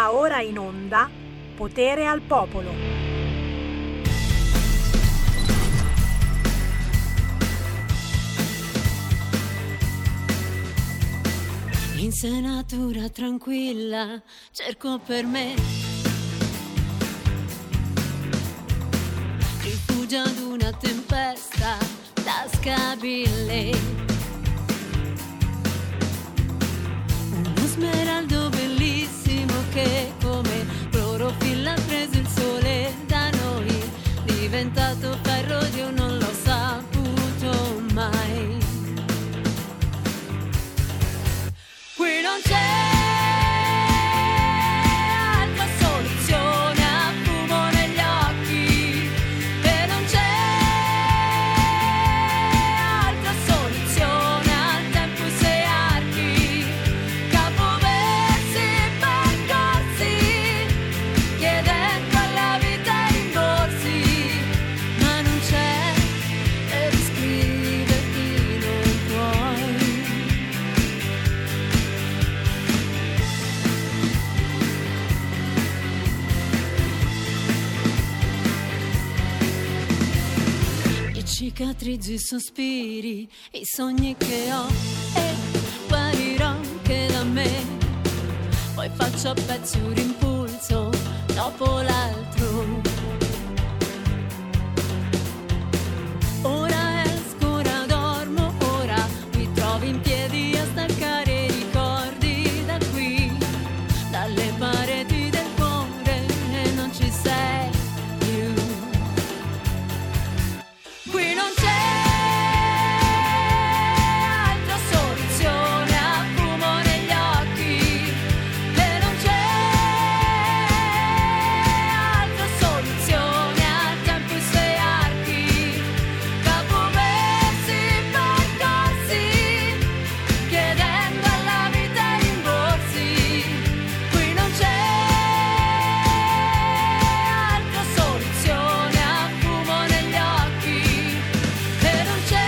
Va ora in onda Potere al Popolo. In senatura tranquilla cerco per me rifugio ad una tempesta tascabile, uno smeraldo bellissimo che come clorofilla ha preso il sole da noi, diventato ferro io non l'ho saputo mai. Qui non c'è altra soluzione a fumo negli occhi, e non c'è altra soluzione al tempo e sei archi, capoversi, percorsi, chiedendo alla vita rimborsi, ma non c'è per iscriverti non puoi. I cicatrizzi, i sospiri, i sogni che ho, e guarirò anche da me. Poi faccio a pezzi un impulso dopo l'altro. Ora esco, ora dormo, ora mi trovo in piedi a staccare i ricordi da qui, dalle pareti del cuore, e non ci sei più. Qui non c'è altra soluzione a fumo negli occhi, e non c'è altra soluzione al tempo e sei archi, capoversi, percorsi, chiedendo alla vita rimborsi. Qui non c'è altra soluzione a fumo negli occhi, e non c'è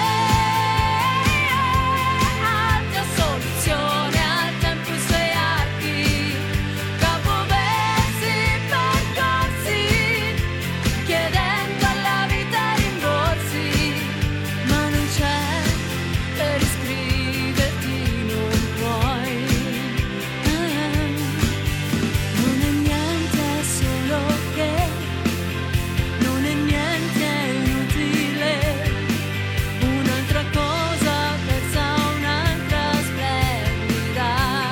altra soluzione al tempo e suoi archi, capoversi, percorsi, chiedendo alla vita rimborsi, ma non c'è per iscriverti non puoi. Non è niente, è solo che non è niente, è inutile. Un'altra cosa persa, un'altra splendida.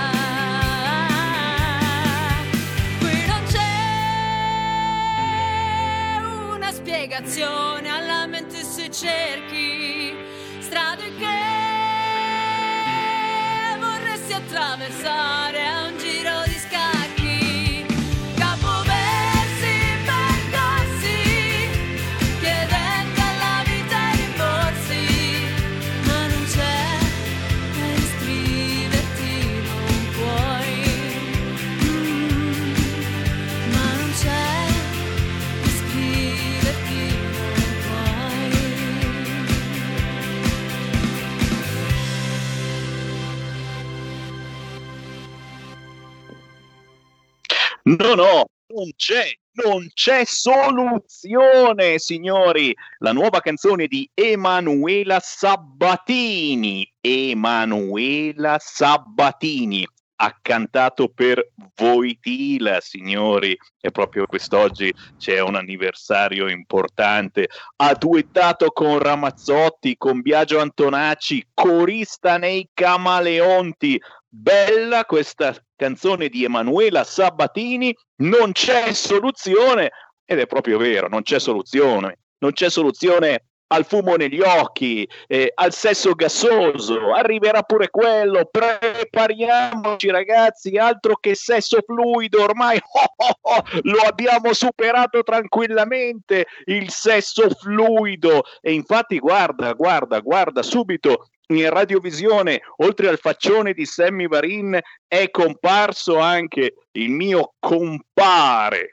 Qui non c'è una spiegazione alla mente se cerchi strade che vorresti attraversare a un giro di scacchi, capoversi, percorsi, chiedendo alla vita rimborsi, ma non c'è per iscriverti non puoi. Ma non c'è per iscriverti non puoi. No, no, non c'è soluzione, signori. La nuova canzone di Emanuela Sabbatini. Emanuela Sabbatini ha cantato per Voitila, signori. E proprio quest'oggi c'è un anniversario importante. Ha duettato con Ramazzotti, con Biagio Antonacci, corista nei Camaleonti. Bella questa canzone di Emanuela Sabbatini, non c'è soluzione, ed è proprio vero, non c'è soluzione al fumo negli occhi, al sesso gassoso, arriverà pure quello, prepariamoci ragazzi, altro che sesso fluido, ormai lo abbiamo superato tranquillamente, il sesso fluido, e infatti guarda subito in radiovisione, oltre al faccione di Sammy Varin, è comparso anche il mio compare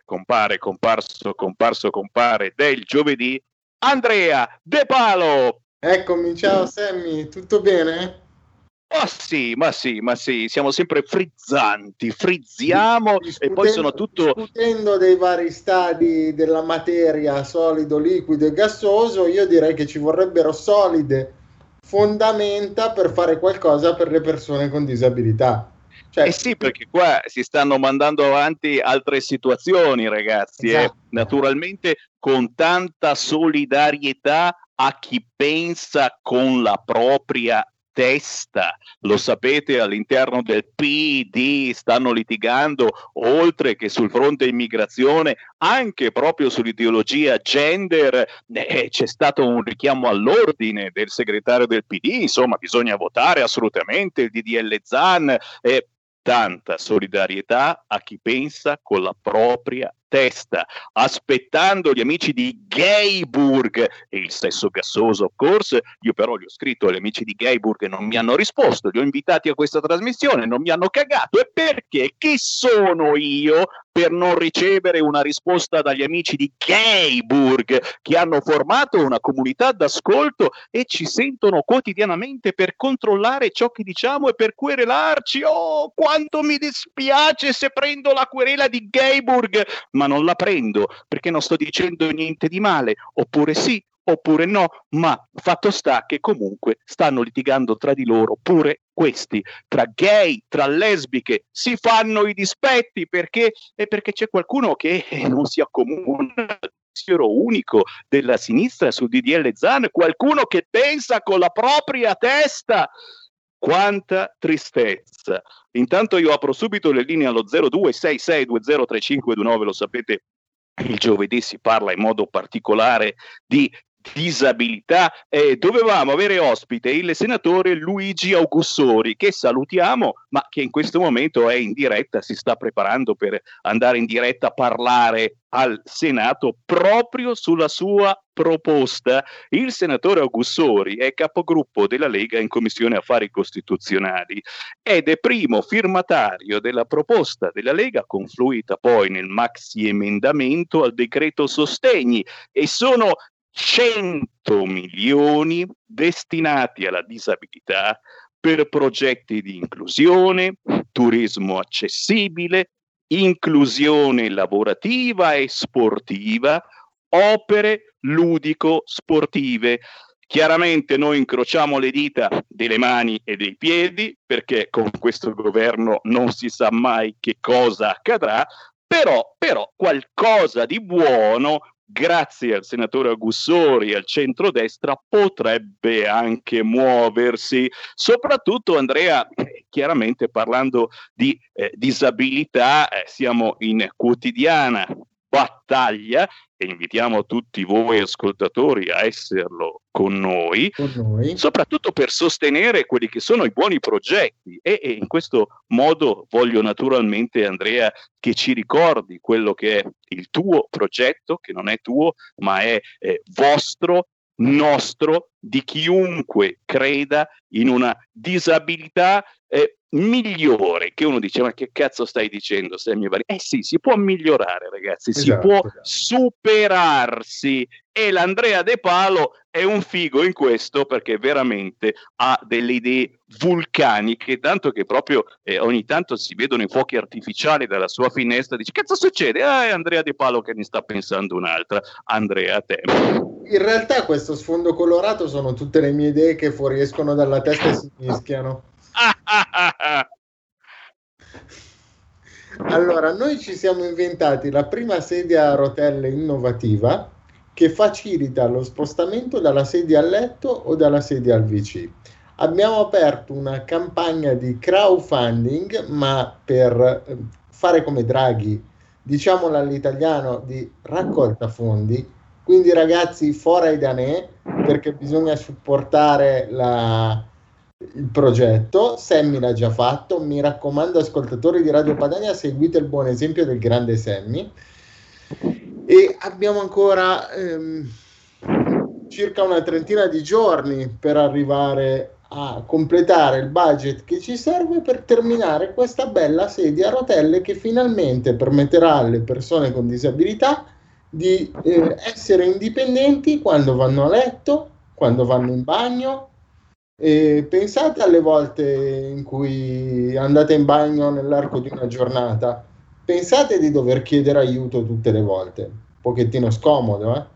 del giovedì, Andrea De Palo. Eccomi, ciao Sammy, tutto bene? Ma sì, siamo sempre frizzanti, frizziamo e poi sono tutto... Discutendo dei vari stadi della materia, solido, liquido e gassoso, io direi che ci vorrebbero solide fondamenta per fare qualcosa per le persone con disabilità. Cioè, sì, perché qua si stanno mandando avanti altre situazioni, ragazzi, esatto. Naturalmente con tanta solidarietà a chi pensa con la propria testa. Lo sapete, all'interno del PD stanno litigando, oltre che sul fronte immigrazione, anche proprio sull'ideologia gender. C'è stato un richiamo all'ordine del segretario del PD, insomma, bisogna votare assolutamente il DDL Zan. Tanta solidarietà a chi pensa con la propria testa, aspettando gli amici di Gayburg e il sesso gassoso, of course. Io però gli ho scritto agli amici di Gayburg e non mi hanno risposto, li ho invitati a questa trasmissione, non mi hanno cagato. E perché? Chi sono io per non ricevere una risposta dagli amici di Gayburg, che hanno formato una comunità d'ascolto e ci sentono quotidianamente per controllare ciò che diciamo e per querelarci? Oh, quanto mi dispiace se prendo la querela di Gayburg, ma non la prendo perché non sto dicendo niente di male, oppure sì, oppure no, ma fatto sta che comunque stanno litigando tra di loro pure questi, tra gay, tra lesbiche, si fanno i dispetti perché c'è qualcuno che non si accomuna al pensiero unico della sinistra sul DDL Zan, qualcuno che pensa con la propria testa. Quanta tristezza. Intanto io apro subito le linee allo 0266203529, lo sapete, il giovedì si parla in modo particolare di disabilità. Dovevamo avere ospite il senatore Luigi Augussori, che salutiamo, ma che in questo momento è in diretta, si sta preparando per andare in diretta a parlare al Senato proprio sulla sua proposta. Il senatore Augussori è capogruppo della Lega in Commissione Affari Costituzionali ed è primo firmatario della proposta della Lega, confluita poi nel maxi emendamento al decreto sostegni, e sono 100 milioni destinati alla disabilità per progetti di inclusione, turismo accessibile, inclusione lavorativa e sportiva, opere ludico-sportive. Chiaramente noi incrociamo le dita delle mani e dei piedi, perché con questo governo non si sa mai che cosa accadrà, però qualcosa di buono, grazie al senatore Augussori e al centrodestra, potrebbe anche muoversi. Soprattutto, Andrea, chiaramente parlando di disabilità, siamo in quotidiana battaglia e invitiamo tutti voi ascoltatori a esserlo con noi, soprattutto per sostenere quelli che sono i buoni progetti, e in questo modo voglio naturalmente, Andrea, che ci ricordi quello che è il tuo progetto, che non è tuo ma è vostro, nostro, di chiunque creda in una disabilità migliore, che uno dice: ma che cazzo stai dicendo, Sammy Varin? Sì, si può migliorare, ragazzi, si può superarsi, e l'Andrea De Palo è un figo in questo, perché veramente ha delle idee vulcaniche, tanto che proprio ogni tanto si vedono i fuochi artificiali dalla sua finestra, dice: cazzo succede? È Andrea De Palo che ne sta pensando un'altra. Andrea, a te. In realtà questo sfondo colorato sono tutte le mie idee che fuoriescono dalla testa e si mischiano. Allora, noi ci siamo inventati la prima sedia a rotelle innovativa che facilita lo spostamento dalla sedia a letto o dalla sedia al WC. Abbiamo aperto una campagna di crowdfunding, ma per fare come Draghi, diciamola all'italiano, di raccolta fondi. Quindi, ragazzi, fora i danè, perché bisogna supportare il progetto. Sammy l'ha già fatto, mi raccomando, ascoltatori di Radio Padania, seguite il buon esempio del grande Sammy. E abbiamo ancora circa una trentina di giorni per arrivare a completare il budget che ci serve per terminare questa bella sedia a rotelle che finalmente permetterà alle persone con disabilità di essere indipendenti quando vanno a letto, quando vanno in bagno, E pensate alle volte in cui andate in bagno nell'arco di una giornata, pensate di dover chiedere aiuto tutte le volte. Un pochettino scomodo, eh?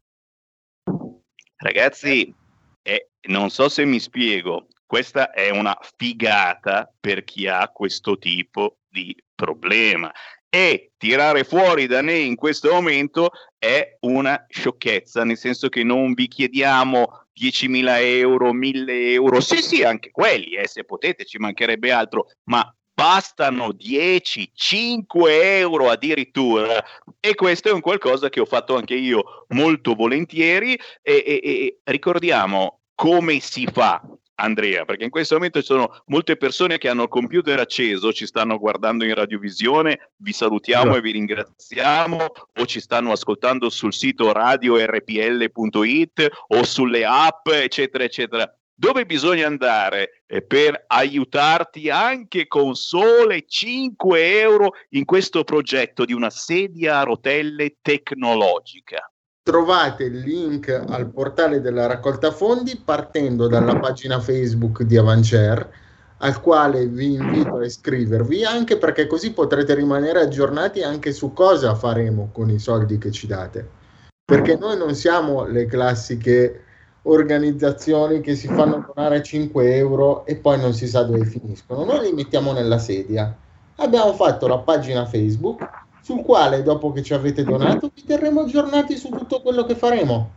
Ragazzi, non so se mi spiego, questa è una figata per chi ha questo tipo di problema. E tirare fuori da me in questo momento è una sciocchezza, nel senso che non vi chiediamo 10.000 euro, 1.000 euro, sì, anche quelli, se potete, ci mancherebbe altro, ma bastano 10, 5 euro addirittura, e questo è un qualcosa che ho fatto anche io molto volentieri, e ricordiamo come si fa, Andrea, perché in questo momento ci sono molte persone che hanno il computer acceso, ci stanno guardando in radiovisione, vi salutiamo e vi ringraziamo, o ci stanno ascoltando sul sito radio-rpl.it o sulle app, eccetera, eccetera. Dove bisogna andare per aiutarti anche con sole 5 euro in questo progetto di una sedia a rotelle tecnologica? Trovate il link al portale della raccolta fondi partendo dalla pagina Facebook di Avancer, al quale vi invito a iscrivervi, anche perché così potrete rimanere aggiornati anche su cosa faremo con i soldi che ci date, perché noi non siamo le classiche organizzazioni che si fanno donare 5 euro e poi non si sa dove finiscono. Noi li mettiamo nella sedia. Abbiamo fatto la pagina Facebook, sul quale dopo che ci avete donato vi terremo aggiornati su tutto quello che faremo,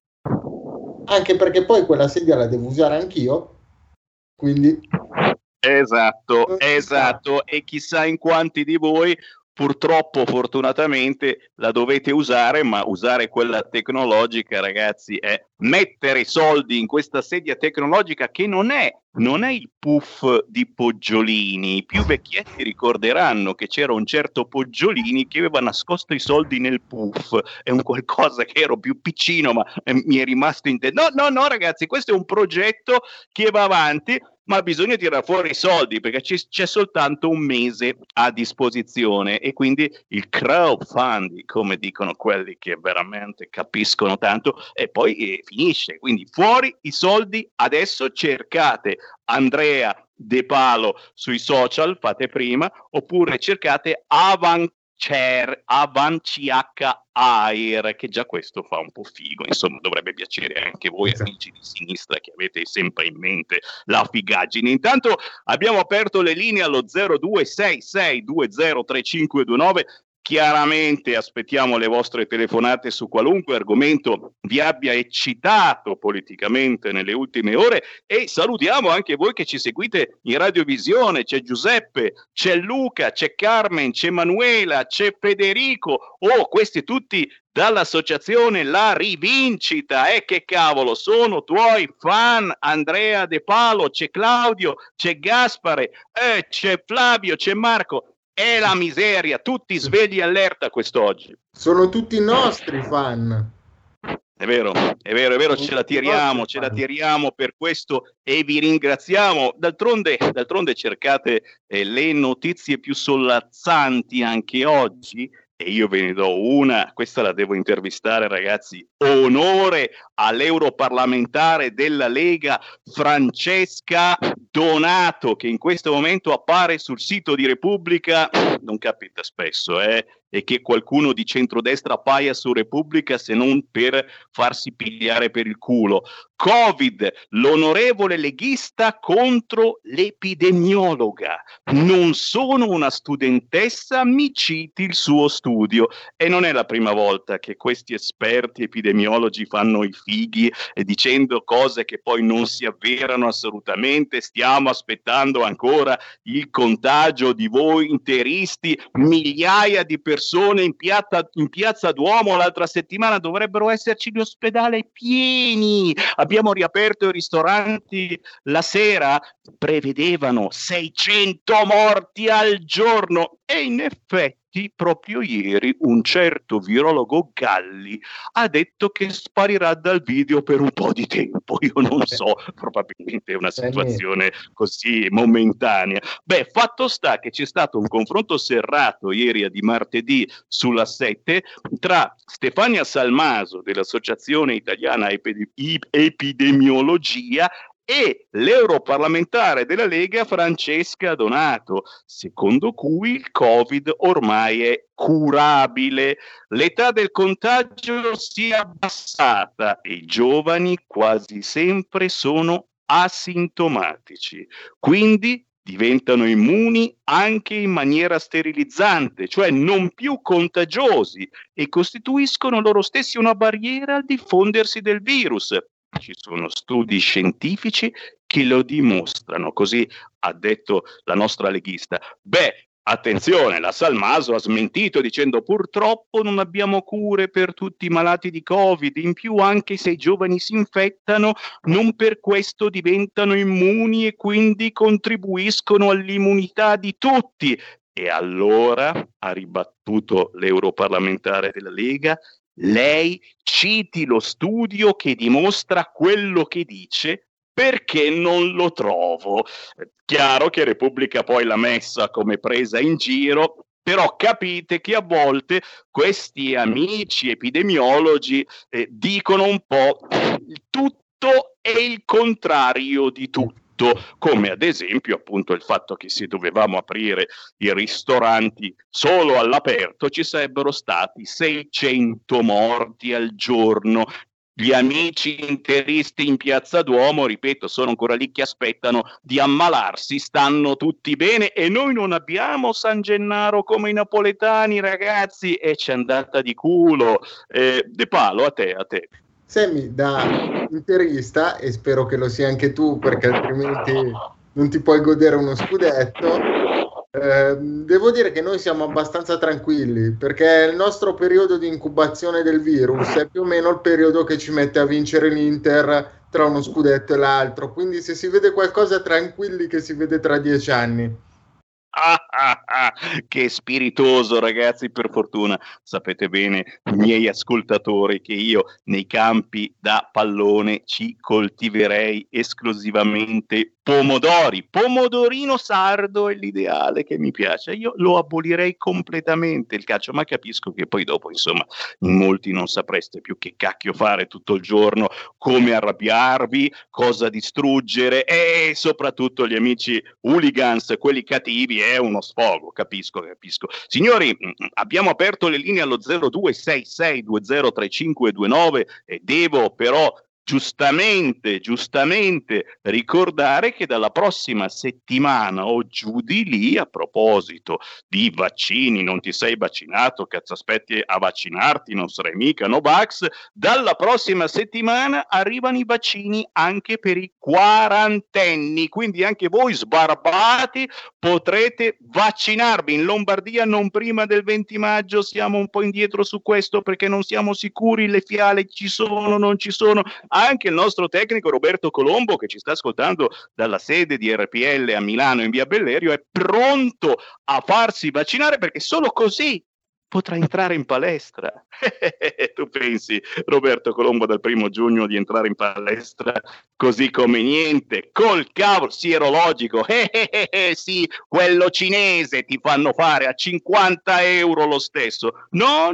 anche perché poi quella sedia la devo usare anch'io, quindi esatto, e chissà in quanti di voi purtroppo, fortunatamente, la dovete usare, ma usare quella tecnologica, ragazzi, è mettere soldi in questa sedia tecnologica che non è il puff di Poggiolini. I più vecchietti ricorderanno che c'era un certo Poggiolini che aveva nascosto i soldi nel puff. È un qualcosa che ero più piccino, ma mi è rimasto in testa. No, ragazzi, questo è un progetto che va avanti, ma bisogna tirare fuori i soldi perché c'è soltanto un mese a disposizione, e quindi il crowdfunding, come dicono quelli che veramente capiscono tanto, e poi finisce. Quindi fuori i soldi adesso, cercate Andrea De Palo sui social, fate prima, oppure cercate Avanciair, che già questo fa un po' figo, insomma dovrebbe piacere anche voi amici di sinistra che avete sempre in mente la figaggine. Intanto abbiamo aperto le linee allo 0266203529. Chiaramente aspettiamo le vostre telefonate su qualunque argomento vi abbia eccitato politicamente nelle ultime ore, e salutiamo anche voi che ci seguite in radiovisione. C'è Giuseppe, c'è Luca, c'è Carmen, c'è Manuela, c'è Federico, questi tutti dall'associazione La Rivincita, che cavolo, sono tuoi fan, Andrea De Palo, c'è Claudio, c'è Gaspare, c'è Flavio, c'è Marco. È la miseria, tutti svegli allerta quest'oggi. Sono tutti nostri fan. È vero, ce la tiriamo per questo e vi ringraziamo. D'altronde cercate le notizie più sollazzanti anche oggi, e io ve ne do una, questa la devo intervistare, ragazzi. Onore all'europarlamentare della Lega Francesca Donato, che in questo momento appare sul sito di Repubblica. Non capita spesso, e che qualcuno di centrodestra appaia su Repubblica se non per farsi pigliare per il culo. Covid, l'onorevole leghista contro l'epidemiologa. Non sono una studentessa, mi citi il suo studio. E non è la prima volta che questi esperti epidemiologi fanno i fighi dicendo cose che poi non si avverano assolutamente. Stiamo aspettando ancora il contagio di voi interisti, migliaia di persone in piazza Duomo l'altra settimana, dovrebbero esserci gli ospedali pieni. Abbiamo riaperto i ristoranti la sera, prevedevano 600 morti al giorno, e in effetti proprio ieri un certo virologo Galli ha detto che sparirà dal video per un po' di tempo. Io non so, probabilmente è una situazione così momentanea. Fatto sta che c'è stato un confronto serrato ieri di martedì sulla 7 tra Stefania Salmaso dell'Associazione Italiana Epidemiologia e l'europarlamentare della Lega Francesca Donato, secondo cui il Covid ormai è curabile, l'età del contagio si è abbassata e i giovani quasi sempre sono asintomatici, quindi diventano immuni anche in maniera sterilizzante, cioè non più contagiosi, e costituiscono loro stessi una barriera al diffondersi del virus. Ci sono studi scientifici che lo dimostrano, così ha detto la nostra leghista. Beh, attenzione, la Salmaso ha smentito dicendo purtroppo non abbiamo cure per tutti i malati di Covid, in più anche se i giovani si infettano non per questo diventano immuni e quindi contribuiscono all'immunità di tutti. E allora, ha ribattuto l'europarlamentare della Lega, lei citi lo studio che dimostra quello che dice, perché non lo trovo. Chiaro che Repubblica poi l'ha messa come presa in giro, però capite che a volte questi amici epidemiologi dicono un po' tutto e il contrario di tutto, come ad esempio appunto il fatto che se dovevamo aprire i ristoranti solo all'aperto ci sarebbero stati 600 morti al giorno. Gli amici interisti in Piazza Duomo, ripeto, sono ancora lì che aspettano di ammalarsi, stanno tutti bene e noi non abbiamo San Gennaro come i napoletani, ragazzi, e c'è andata di culo. De Palo, a te. Sammy, da interista, e spero che lo sia anche tu perché altrimenti non ti puoi godere uno scudetto, devo dire che noi siamo abbastanza tranquilli perché il nostro periodo di incubazione del virus è più o meno il periodo che ci mette a vincere l'Inter tra uno scudetto e l'altro, quindi se si vede qualcosa tranquilli che si vede tra 10 anni. Che spiritoso, ragazzi, per fortuna sapete bene, miei ascoltatori, che io nei campi da pallone ci coltiverei esclusivamente pomodorino sardo è l'ideale che mi piace, io lo abolirei completamente il calcio, ma capisco che poi dopo insomma in molti non sapreste più che cacchio fare tutto il giorno, come arrabbiarvi, cosa distruggere, e soprattutto gli amici hooligans, quelli cattivi, è uno sfogo, capisco. Signori, abbiamo aperto le linee allo 0266203529 e devo però giustamente ricordare che dalla prossima settimana o giù di lì, a proposito di vaccini, non ti sei vaccinato, cazzo aspetti a vaccinarti, non sarai mica Novax, dalla prossima settimana arrivano i vaccini anche per i quarantenni, quindi anche voi sbarbati potrete vaccinarvi. In Lombardia non prima del 20 maggio, siamo un po' indietro su questo perché non siamo sicuri, le fiale ci sono, non ci sono. Anche il nostro tecnico Roberto Colombo, che ci sta ascoltando dalla sede di RPL a Milano in via Bellerio, è pronto a farsi vaccinare perché solo così potrà entrare in palestra. Tu pensi, Roberto Colombo, dal 1 giugno di entrare in palestra così come niente, col cavolo sierologico, sì, quello cinese ti fanno fare a 50 euro lo stesso. No,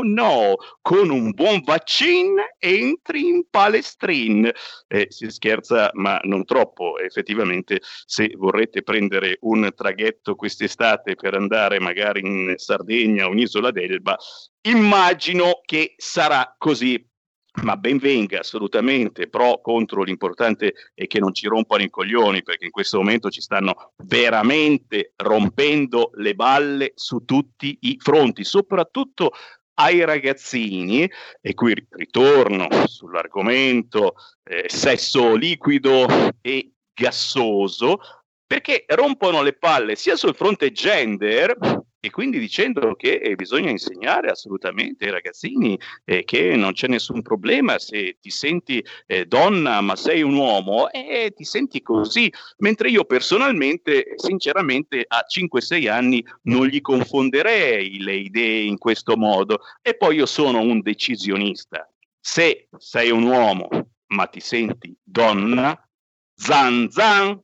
con un buon vaccin entri in palestrin. Si scherza, ma non troppo. Effettivamente, se vorrete prendere un traghetto quest'estate per andare magari in Sardegna o in Isola d'Elba, immagino che sarà così. Ma ben venga, assolutamente, pro, contro, l'importante è che non ci rompano i coglioni, perché in questo momento ci stanno veramente rompendo le balle su tutti i fronti, soprattutto ai ragazzini, e qui ritorno sull'argomento sesso liquido e gassoso, perché rompono le palle sia sul fronte gender, e quindi dicendo che bisogna insegnare assolutamente ai ragazzini che non c'è nessun problema se ti senti donna ma sei un uomo, e ti senti così, mentre io personalmente sinceramente a 5-6 anni non gli confonderei le idee in questo modo. E poi io sono un decisionista: se sei un uomo ma ti senti donna, zan zan,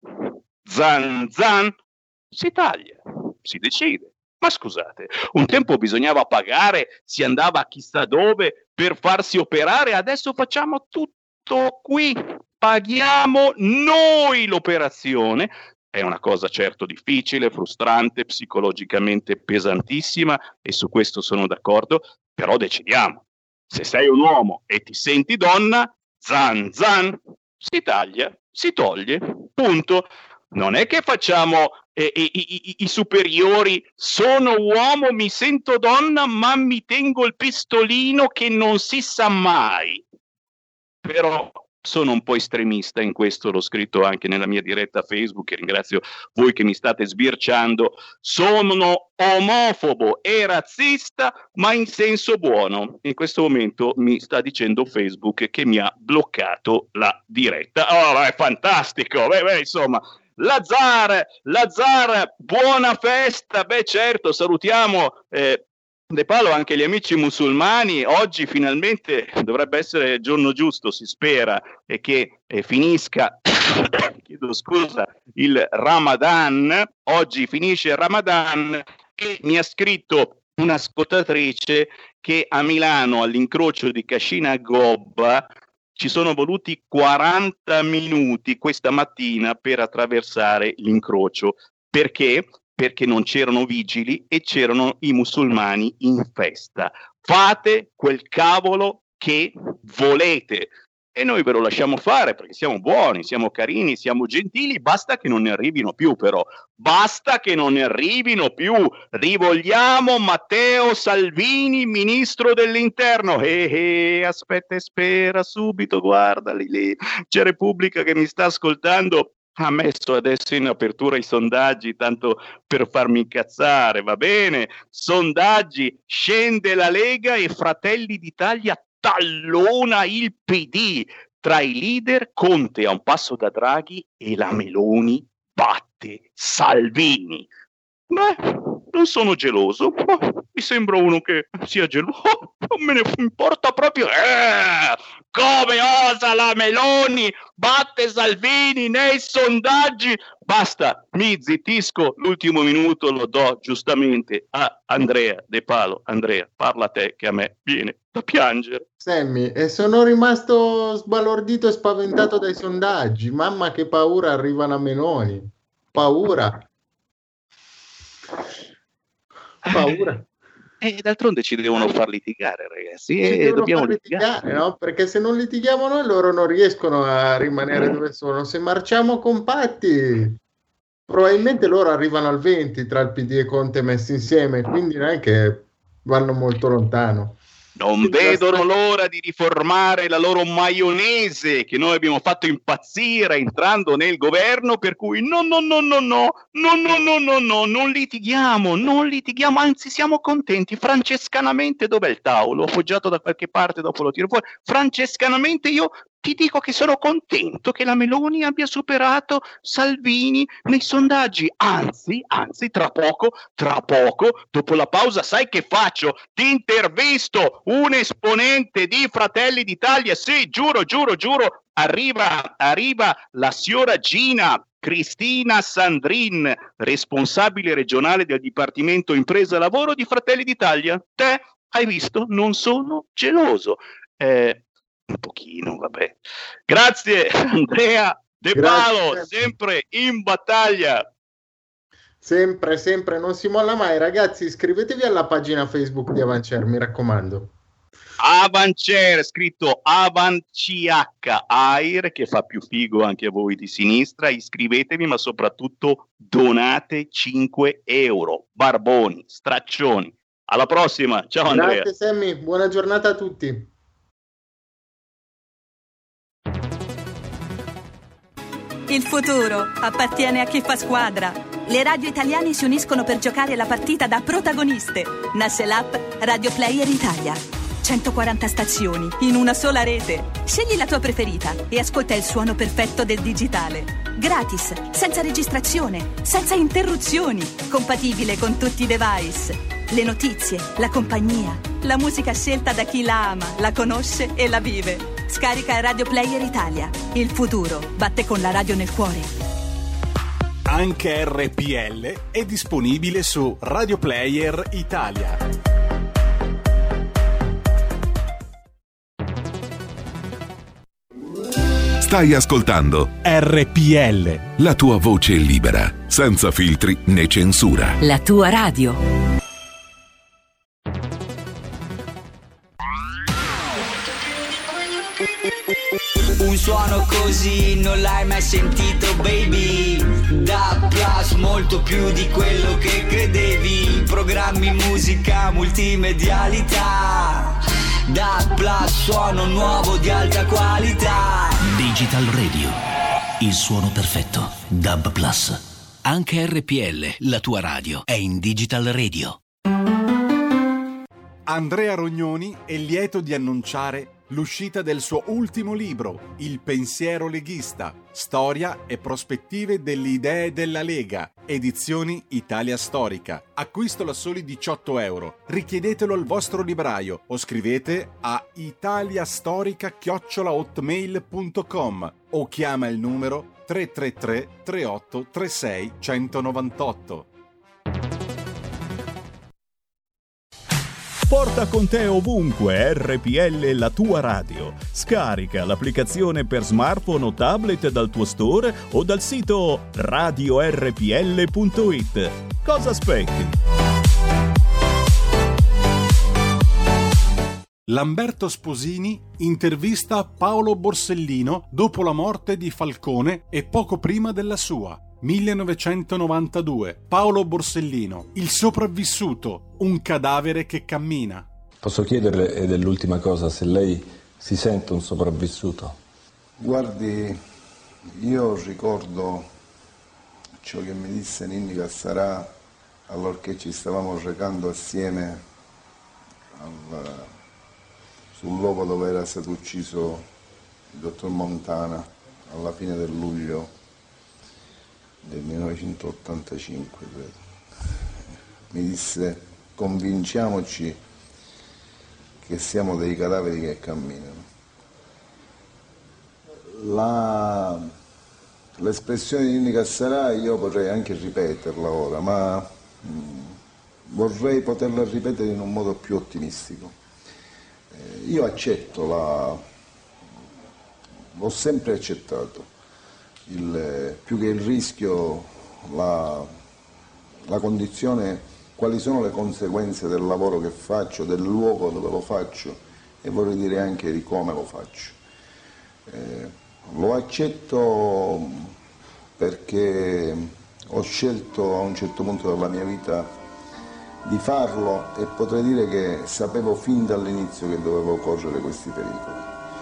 si taglia, si decide. Ma scusate, un tempo bisognava pagare, si andava chissà dove per farsi operare, adesso facciamo tutto qui. paghiamo noi l'operazione. È una cosa certo difficile, frustrante, psicologicamente pesantissima, e su questo sono d'accordo, però decidiamo. Se sei un uomo e ti senti donna, zan zan, si taglia, si toglie, punto. Non è che facciamo i superiori, sono uomo, mi sento donna, ma mi tengo il pistolino che non si sa mai. Però sono un po' estremista in questo, l'ho scritto anche nella mia diretta Facebook e ringrazio voi che mi state sbirciando. Sono omofobo e razzista, ma in senso buono. In questo momento mi sta dicendo Facebook che mi ha bloccato la diretta. Oh, è fantastico, insomma. Lazar, buona festa. Beh, certo, salutiamo De Palo, anche gli amici musulmani. Oggi finalmente dovrebbe essere il giorno giusto, si spera, e che finisca chiedo scusa, il Ramadan. Oggi finisce il Ramadan e mi ha scritto un'ascoltatrice che a Milano, all'incrocio di Cascina Gobba, ci sono voluti 40 minuti questa mattina per attraversare l'incrocio. Perché? Perché non c'erano vigili e c'erano i musulmani in festa. Fate quel cavolo che volete e noi ve lo lasciamo fare perché siamo buoni, siamo carini, siamo gentili, basta che non ne arrivino più però, basta che non ne arrivino più. Rivogliamo Matteo Salvini, ministro dell'interno. Aspetta e spera, subito, guardali lì, c'è Repubblica che mi sta ascoltando. Ha messo adesso in apertura i sondaggi tanto per farmi incazzare, va bene? Sondaggi, scende la Lega e Fratelli d'Italia tallona il PD. Tra i leader Conte a un passo da Draghi e la Meloni batte Salvini. Beh, non sono geloso, mi sembra uno che sia geloso, non me ne importa proprio. Come osa la Meloni batte Salvini nei sondaggi? Basta, mi zittisco, l'ultimo minuto lo do giustamente a Andrea De Palo. Andrea, parla a te che a me viene da piangere. Sammy, e sono rimasto sbalordito e spaventato dai sondaggi. Mamma che paura, arrivano a Meloni. Paura. E d'altronde ci devono far litigare, ragazzi. Dobbiamo litigare, no? Perché se non litighiamo noi, loro non riescono a rimanere dove sono. Se marciamo compatti, probabilmente loro arrivano al 20 tra il PD e Conte messi insieme, quindi non è che vanno molto lontano. Non vedono l'ora di riformare la loro maionese che noi abbiamo fatto impazzire entrando nel governo, per cui no, non litighiamo, anzi siamo contenti. Francescanamente, dov'è il tavolo? Appoggiato da qualche parte, dopo lo tiro fuori. Francescanamente io ti dico che sono contento che la Meloni abbia superato Salvini nei sondaggi. Anzi, tra poco, dopo la pausa, sai che faccio? Ti intervisto un esponente di Fratelli d'Italia. Sì, giuro. Arriva la signora Gina Cristina Sandrin, responsabile regionale del Dipartimento Impresa e Lavoro di Fratelli d'Italia. Te, hai visto? Non sono geloso. Un pochino, vabbè. Grazie Andrea De Palo, sempre in battaglia. Sempre, non si molla mai. Ragazzi, iscrivetevi alla pagina Facebook di Avancer, mi raccomando. Avancer, scritto Avancih Air, che fa più figo anche a voi di sinistra. Iscrivetevi, ma soprattutto donate 5 euro. Barboni, straccioni. Alla prossima, ciao Andrea. Grazie Sammy, buona giornata a tutti. Il futuro appartiene a chi fa squadra. Le radio italiane si uniscono per giocare la partita da protagoniste. Nasce l'app Radio Player Italia. 140 stazioni in una sola rete. Scegli la tua preferita e ascolta il suono perfetto del digitale. Gratis, senza registrazione, senza interruzioni. Compatibile con tutti i device. Le notizie, la compagnia, la musica scelta da chi la ama, la conosce e la vive. Scarica Radio Player Italia. Il futuro batte con la radio nel cuore. Anche RPL è disponibile su Radio Player Italia. Stai ascoltando RPL. La tua voce libera, senza filtri né censura. La tua radio. Un suono così non l'hai mai sentito, baby. Da Plus, molto più di quello che credevi. Programmi, musica, multimedialità. Da Plus, suono nuovo di alta qualità. Digital Radio, il suono perfetto. DAB Plus. Anche RPL, la tua radio, è in Digital Radio. Andrea Rognoni è lieto di annunciare l'uscita del suo ultimo libro, Il pensiero leghista, storia e prospettive delle idee della Lega, edizioni Italia Storica. Acquisto a soli €18. Richiedetelo al vostro libraio o scrivete a italiastorica@hotmail.com o chiama il numero 333 38 36 198. Porta con te ovunque RPL, la tua radio. Scarica l'applicazione per smartphone o tablet dal tuo store o dal sito radiorpl.it. Cosa aspetti? Lamberto Sposini intervista Paolo Borsellino dopo la morte di Falcone e poco prima della sua. 1992. Paolo Borsellino, il sopravvissuto, un cadavere che cammina. Posso chiederle, ed è l'ultima cosa, se lei si sente un sopravvissuto? Guardi, io ricordo ciò che mi disse Ninni Cassarà allorché ci stavamo recando assieme sul luogo dove era stato ucciso il dottor Montana alla fine del luglio del 1985, credo. Mi disse: convinciamoci che siamo dei cadaveri che camminano. L'espressione di Ninni Cassarà io potrei anche ripeterla ora, ma vorrei poterla ripetere in un modo più ottimistico. Io accetto l'ho sempre accettato, più che il rischio, la condizione, quali sono le conseguenze del lavoro che faccio, del luogo dove lo faccio e vorrei dire anche di come lo faccio. Lo accetto perché ho scelto a un certo punto della mia vita di farlo e potrei dire che sapevo fin dall'inizio che dovevo correre questi pericoli.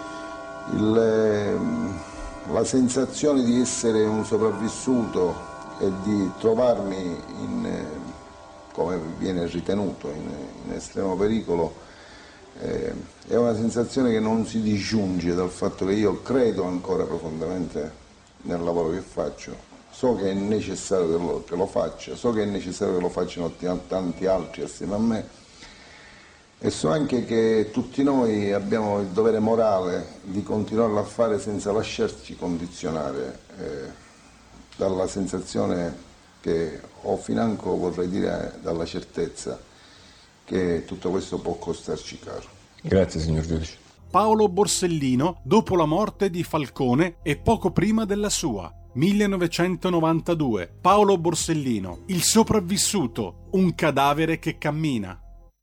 La sensazione di essere un sopravvissuto e di trovarmi come viene ritenuto, in estremo pericolo, è una sensazione che non si disgiunge dal fatto che io credo ancora profondamente nel lavoro che faccio. So che è necessario che lo faccia, so che è necessario che lo facciano tanti altri assieme a me. E so anche che tutti noi abbiamo il dovere morale di continuarlo a fare senza lasciarci condizionare dalla sensazione che ho financo, vorrei dire, dalla certezza che tutto questo può costarci caro. Grazie, signor giudice. Paolo Borsellino dopo la morte di Falcone e poco prima della sua. 1992. Paolo Borsellino, il sopravvissuto, un cadavere che cammina.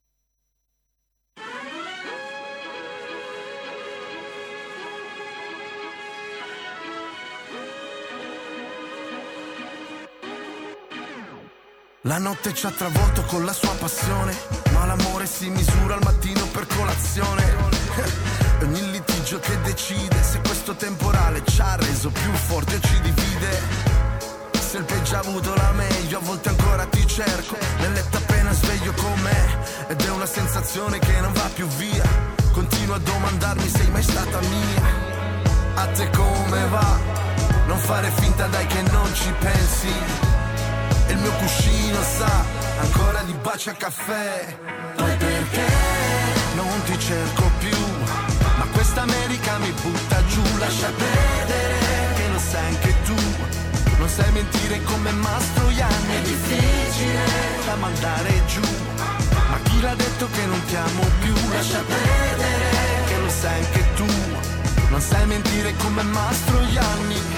La notte ci ha travolto con la sua passione, ma l'amore si misura al mattino per colazione. Ogni litigio che decide se questo temporale ci ha reso più forti o ci divide. Se il peggio ha avuto la meglio, a volte ancora ti cerco nel letto appena sveglio con me, ed è una sensazione che non va più via. Continuo a domandarmi: sei mai stata mia? A te come va? Non fare finta, dai, che non ci pensi. Il mio cuscino sa ancora di baci a caffè. Poi perché non ti cerco più, ma questa America mi butta giù. Lascia perdere, che lo sai anche tu. Non sai mentire come Mastroianni. È difficile da mandare giù, ma chi l'ha detto che non ti amo più? Lascia perdere, che lo sai anche tu. non sai mentire come Mastroianni.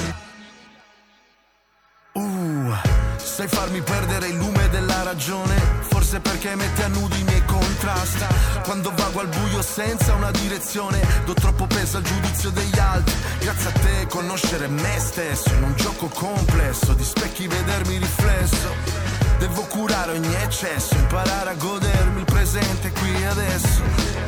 Sai farmi perdere il lume della ragione, forse perché metti a nudo i miei contrasti. Quando vago al buio senza una direzione, do troppo peso al giudizio degli altri. Grazie a te conoscere me stesso, in un gioco complesso di specchi vedermi riflesso. Devo curare ogni eccesso, imparare a godermi il presente qui e adesso.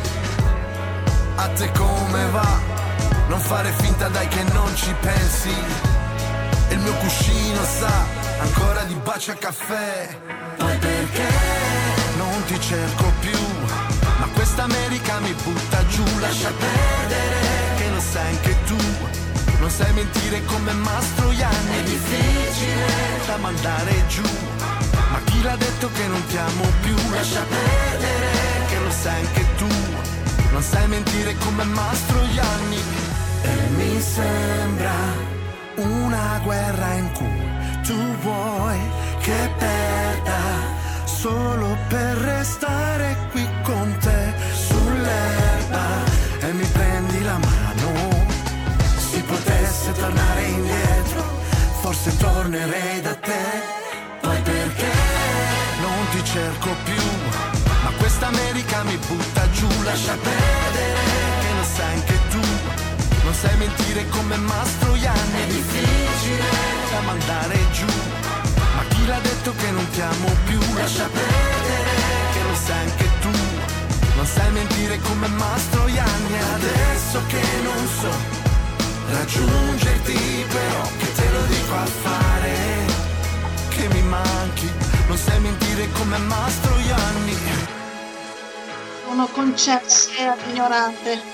A te come va? Non fare finta dai che non ci pensi. E il mio cuscino sa ancora di baci a caffè. Poi perché non ti cerco più, ma questa America mi butta giù. Lascia perdere, che lo sai anche tu, non sai mentire come Mastroianni. È difficile da mandare giù, ma chi l'ha detto che non ti amo più? Lascia perdere, che lo sai anche tu, non sai mentire come Mastroianni. E mi sembra una guerra in cui tu vuoi che perda solo per restare qui con te sull'erba e mi prendi la mano. Si potesse tornare indietro, forse tornerei da te. Poi perché non ti cerco più, ma questa America mi butta giù. Lascia perdere, che lo sai anche tu, non sai mentire come Mastroianni. È difficile da mandare giù, ma chi l'ha detto che non ti amo più? Lascia perdere, che lo sai anche tu, non sai mentire come Mastroianni. Adesso che non so raggiungerti, però che te lo dico a fare, che mi manchi, non sai mentire come Mastroianni. Sono concesse ignorante.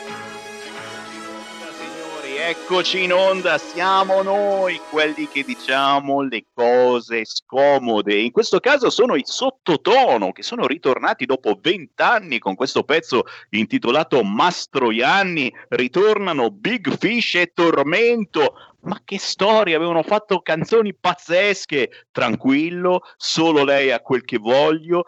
Eccoci in onda, siamo noi quelli che diciamo le cose scomode. In questo caso sono i Sottotono, che sono ritornati dopo 20 anni con questo pezzo intitolato Mastroianni. Ritornano Big Fish e Tormento. Ma che storia, avevano fatto canzoni pazzesche. Tranquillo, solo lei ha quel che voglio,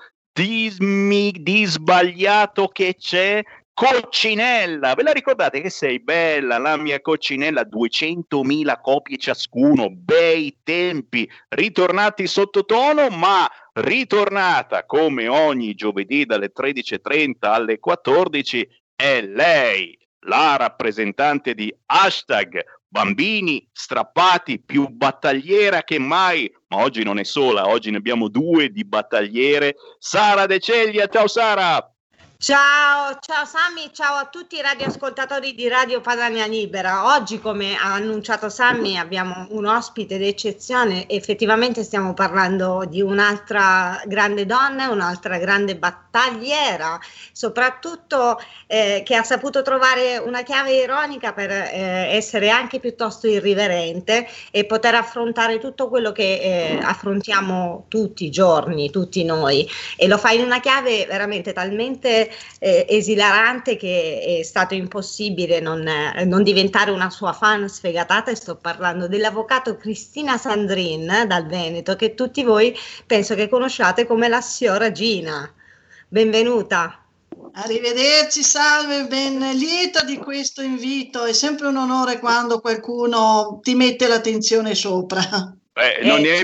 dimmi di sbagliato che c'è. Coccinella, ve la ricordate che sei bella, la mia Coccinella? 200.000 copie ciascuno, bei tempi. Ritornati Sottotono, ma ritornata come ogni giovedì dalle 13.30 alle 14 è lei, la rappresentante di hashtag Bambini Strappati, più battagliera che mai, ma oggi non è sola, oggi ne abbiamo due di battagliere. Sara De Ceglia, ciao Sara! Ciao Sammy, ciao a tutti i radioascoltatori di Radio Padania Libera. Oggi, come ha annunciato Sammy, abbiamo un ospite d'eccezione. Effettivamente stiamo parlando di un'altra grande donna, un'altra grande battagliera, soprattutto che ha saputo trovare una chiave ironica per essere anche piuttosto irriverente e poter affrontare tutto quello che affrontiamo tutti i giorni, tutti noi, e lo fa in una chiave veramente talmente esilarante che è stato impossibile non diventare una sua fan sfegatata. E sto parlando dell'avvocato Cristina Sandrin dal Veneto, che tutti voi penso che conosciate come la signora Gina. Benvenuta. Arrivederci, salve, ben lieta di questo invito. È sempre un onore quando qualcuno ti mette l'attenzione sopra. Non ne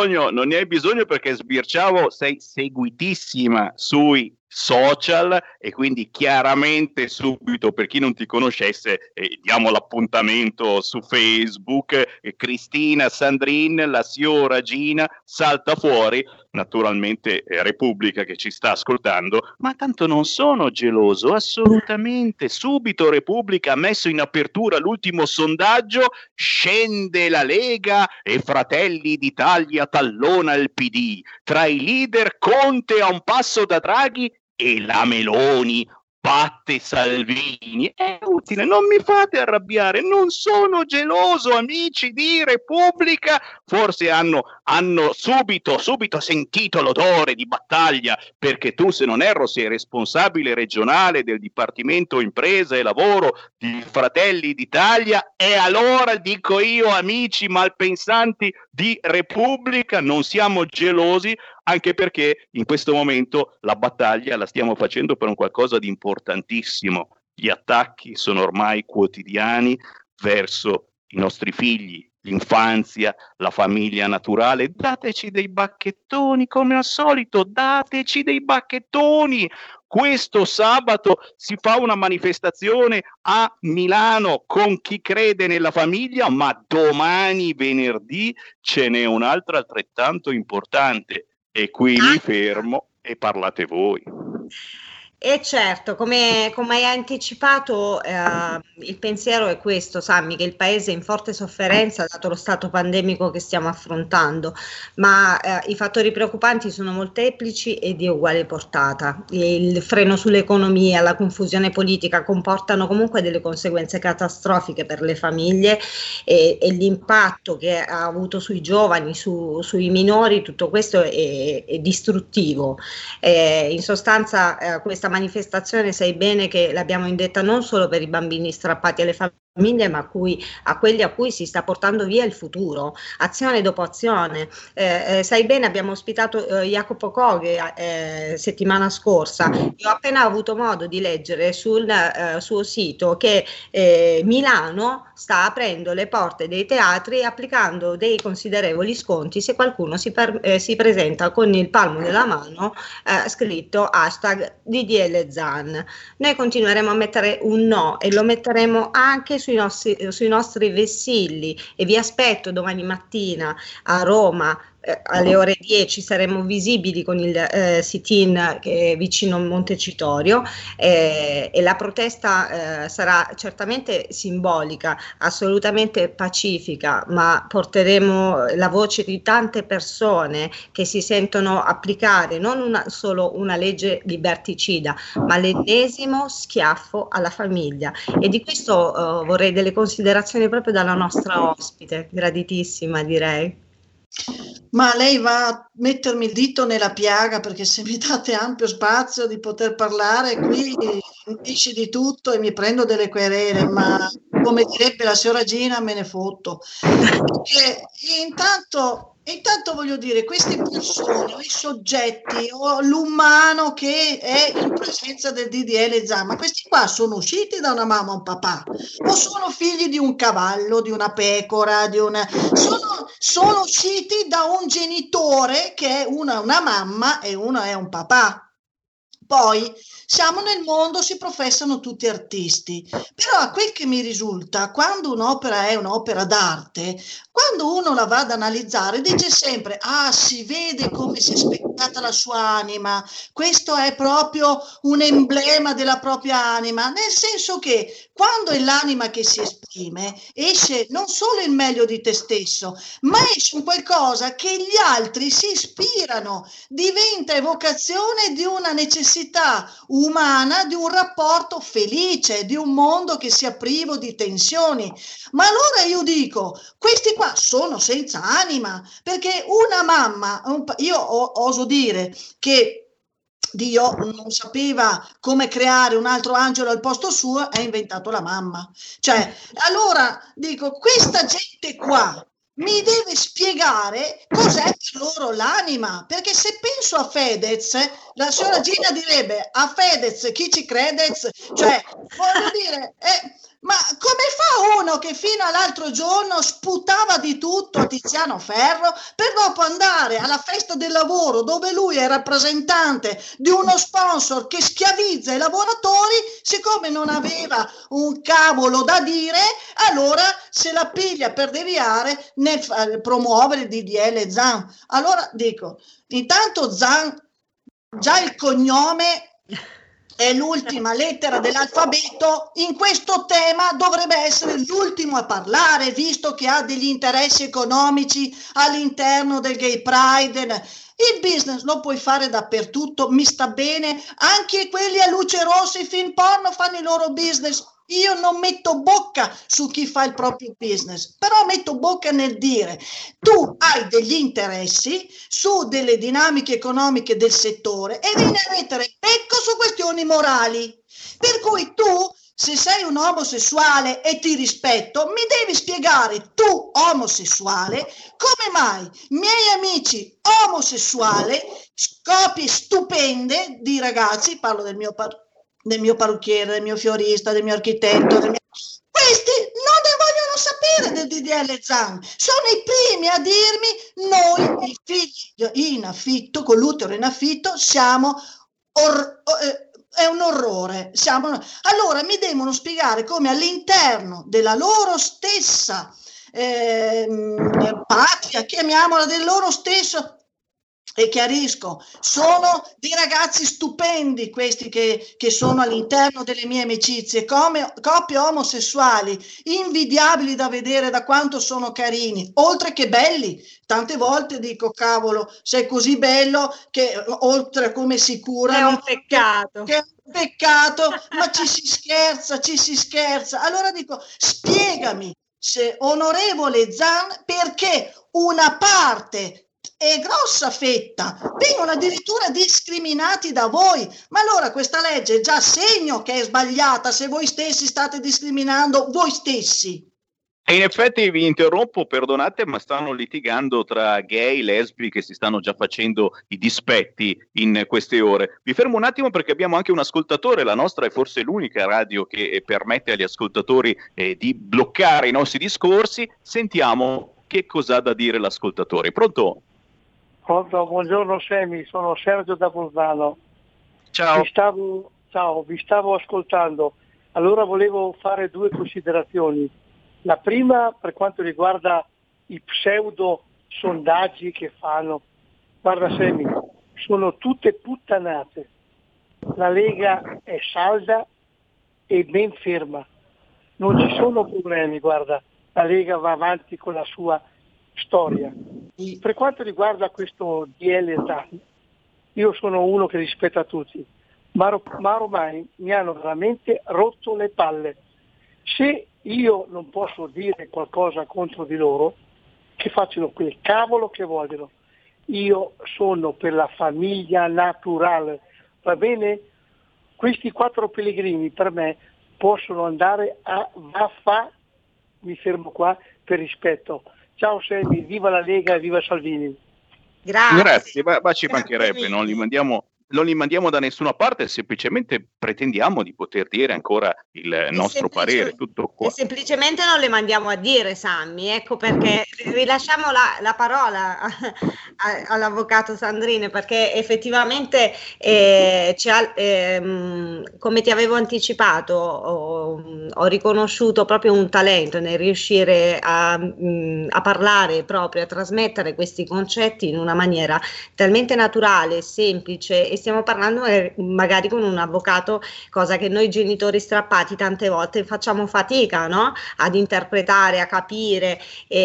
hai bisogno perché sbirciavo, sei seguitissima sui social e quindi chiaramente subito, per chi non ti conoscesse, diamo l'appuntamento su Facebook, Cristina Sandrin, la signora Gina, salta fuori, naturalmente Repubblica che ci sta ascoltando, ma tanto non sono geloso, assolutamente. Subito Repubblica ha messo in apertura l'ultimo sondaggio, scende la Lega e Fratelli d'Italia tallona il PD, tra i leader Conte a un passo da Draghi e la Meloni batte Salvini. È utile, non mi fate arrabbiare, non sono geloso, amici di Repubblica. Forse hanno subito sentito l'odore di battaglia, perché tu, se non erro, sei responsabile regionale del Dipartimento Impresa e Lavoro di Fratelli d'Italia, e allora dico io, amici malpensanti di Repubblica, non siamo gelosi, anche perché in questo momento la battaglia la stiamo facendo per un qualcosa di importantissimo. Gli attacchi sono ormai quotidiani verso i nostri figli, l'infanzia, la famiglia naturale. Dateci dei bacchettoni come al solito, dateci dei bacchettoni. Questo sabato si fa una manifestazione a Milano con chi crede nella famiglia, ma domani venerdì ce n'è un'altra altrettanto importante e qui mi fermo e parlate voi. E certo, come hai anticipato, il pensiero è questo, Sammy, che il Paese è in forte sofferenza dato lo stato pandemico che stiamo affrontando, ma i fattori preoccupanti sono molteplici e di uguale portata. Il freno sull'economia, la confusione politica comportano comunque delle conseguenze catastrofiche per le famiglie e l'impatto che ha avuto sui giovani, sui minori, tutto questo è distruttivo. In sostanza questa manifestazione, sai bene che l'abbiamo indetta non solo per i bambini strappati alle famiglie, ma a quelli a cui si sta portando via il futuro, azione dopo azione. Sai bene, abbiamo ospitato Jacopo Coghe settimana scorsa. Io ho appena avuto modo di leggere sul suo sito che Milano sta aprendo le porte dei teatri applicando dei considerevoli sconti se qualcuno si presenta con il palmo della mano scritto #DDL Zan. Noi continueremo a mettere un no e lo metteremo anche sui nostri vessilli e vi aspetto domani mattina a Roma. Alle ore 10 saremo visibili con il sit-in che è vicino a Montecitorio e la protesta sarà certamente simbolica, assolutamente pacifica, ma porteremo la voce di tante persone che si sentono applicare non solo una legge liberticida, ma l'ennesimo schiaffo alla famiglia. E di questo vorrei delle considerazioni proprio dalla nostra ospite, graditissima direi. Ma lei va a mettermi il dito nella piaga, perché se mi date ampio spazio di poter parlare qui dici di tutto e mi prendo delle querele, ma come direbbe la signora Gina me ne fotto. Perché intanto voglio dire, queste persone o i soggetti o l'umano che è in presenza del DDL Zan, ma questi qua sono usciti da una mamma o un papà o sono figli di un cavallo, di una pecora, sono usciti da un genitore che è una mamma e uno è un papà. Poi siamo nel mondo, si professano tutti artisti, però a quel che mi risulta, quando un'opera è un'opera d'arte, quando uno la va ad analizzare dice sempre si vede come si è specchiata la sua anima, questo è proprio un emblema della propria anima, nel senso che quando è l'anima che si esprime esce non solo il meglio di te stesso, ma esce un qualcosa che gli altri si ispirano, diventa evocazione di una necessità umana, di un rapporto felice, di un mondo che sia privo di tensioni. Ma allora io dico, questi qua sono senza anima, perché una mamma, io oso dire che Dio non sapeva come creare un altro angelo al posto suo, ha inventato la mamma. Cioè, allora dico, questa gente qua mi deve spiegare cos'è per loro l'anima, perché se penso a Fedez, la signora Gina direbbe a Fedez chi ci credez, cioè voglio dire, ma come fa uno che fino all'altro giorno sputava di tutto a Tiziano Ferro per dopo andare alla festa del lavoro dove lui è rappresentante di uno sponsor che schiavizza i lavoratori, siccome non aveva un cavolo da dire, allora se la piglia per deviare nel promuovere il DDL Zan. Allora dico, intanto Zan, già il cognome è l'ultima lettera dell'alfabeto, in questo tema dovrebbe essere l'ultimo a parlare, visto che ha degli interessi economici all'interno del Gay Pride. Il business lo puoi fare dappertutto, mi sta bene, anche quelli a luce rossa, i film porno fanno il loro business. Io non metto bocca su chi fa il proprio business, però metto bocca nel dire tu hai degli interessi su delle dinamiche economiche del settore e vieni a mettere becco su questioni morali. Per cui tu, se sei un omosessuale e ti rispetto, mi devi spiegare tu, omosessuale, come mai miei amici omosessuali, coppie stupende di ragazzi, parlo del mio del mio parrucchiere, del mio fiorista, del mio architetto, questi non ne vogliono sapere del DDL Zan, sono i primi a dirmi: noi, i figli in affitto, con l'utero in affitto, siamo è un orrore. Allora mi devono spiegare come all'interno della loro stessa patria, chiamiamola, del loro stesso, e chiarisco, sono dei ragazzi stupendi questi che sono all'interno delle mie amicizie, come coppie omosessuali, invidiabili da vedere, da quanto sono carini, oltre che belli. Tante volte dico: cavolo, sei così bello che oltre a come si curano, è un peccato. Che è un peccato, ma ci si scherza. Allora dico: spiegami, onorevole Zan, perché una parte e grossa fetta vengono addirittura discriminati da voi. Ma allora questa legge è già segno che è sbagliata, se voi stessi state discriminando voi stessi. E in effetti vi interrompo, perdonate, ma stanno litigando tra gay, lesbi, che si stanno già facendo i dispetti in queste ore. Vi fermo un attimo perché abbiamo anche un ascoltatore, la nostra è forse l'unica radio che permette agli ascoltatori di bloccare i nostri discorsi. Sentiamo che cosa ha da dire l'ascoltatore. Pronto? Pronto, buongiorno Semi, sono Sergio da Bolzano. Ciao. Vi stavo ascoltando. Allora volevo fare due considerazioni. La prima per quanto riguarda i pseudo sondaggi che fanno. Guarda Semi, sono tutte puttanate. La Lega è salda e ben ferma. Non ci sono problemi, guarda. La Lega va avanti con la sua storia. Per quanto riguarda questo DL Zan, io sono uno che rispetta tutti, ma ormai mi hanno veramente rotto le palle. Se io non posso dire qualcosa contro di loro, che facciano quel cavolo che vogliono. Io sono per la famiglia naturale, va bene? Questi 4 pellegrini per me possono andare a vaffa, mi fermo qua per rispetto. Ciao Semi, viva la Lega e viva Salvini. Grazie, ma ci mancherebbe, non li mandiamo da nessuna parte, semplicemente pretendiamo di poter dire ancora il nostro parere, tutto qua. E semplicemente non le mandiamo a dire, Sammy, ecco perché rilasciamo la parola all'avvocato Sandrine, perché effettivamente come ti avevo anticipato, ho riconosciuto proprio un talento nel riuscire a parlare proprio, a trasmettere questi concetti in una maniera talmente naturale, semplice, e stiamo parlando magari con un avvocato, cosa che noi genitori strappati tante volte facciamo fatica, no? Ad interpretare, a capire,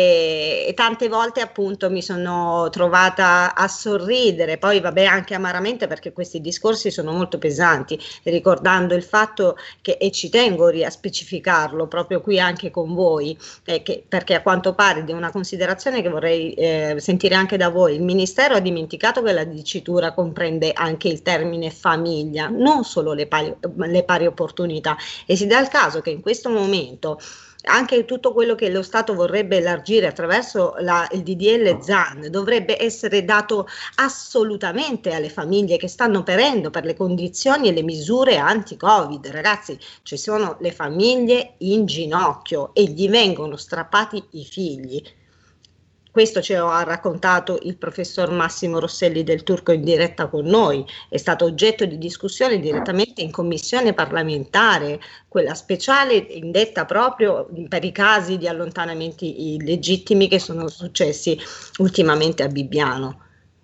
e tante volte appunto mi sono trovata a sorridere, poi vabbè anche amaramente, perché questi discorsi sono molto pesanti, ricordando il fatto che, e ci tengo a specificarlo proprio qui anche con voi, perché a quanto pare di una considerazione che vorrei sentire anche da voi, il Ministero ha dimenticato che la dicitura comprende anche il termine famiglia, non solo le pari opportunità, e si dà il caso che in questo momento anche tutto quello che lo Stato vorrebbe elargire attraverso il DDL Zan dovrebbe essere dato assolutamente alle famiglie che stanno perendo per le condizioni e le misure anti-Covid. Ragazzi, ci sono le famiglie in ginocchio e gli vengono strappati i figli. Questo ce lo ha raccontato il professor Massimo Rosselli del Turco in diretta con noi, è stato oggetto di discussione direttamente in commissione parlamentare, quella speciale indetta proprio per i casi di allontanamenti illegittimi che sono successi ultimamente a Bibbiano.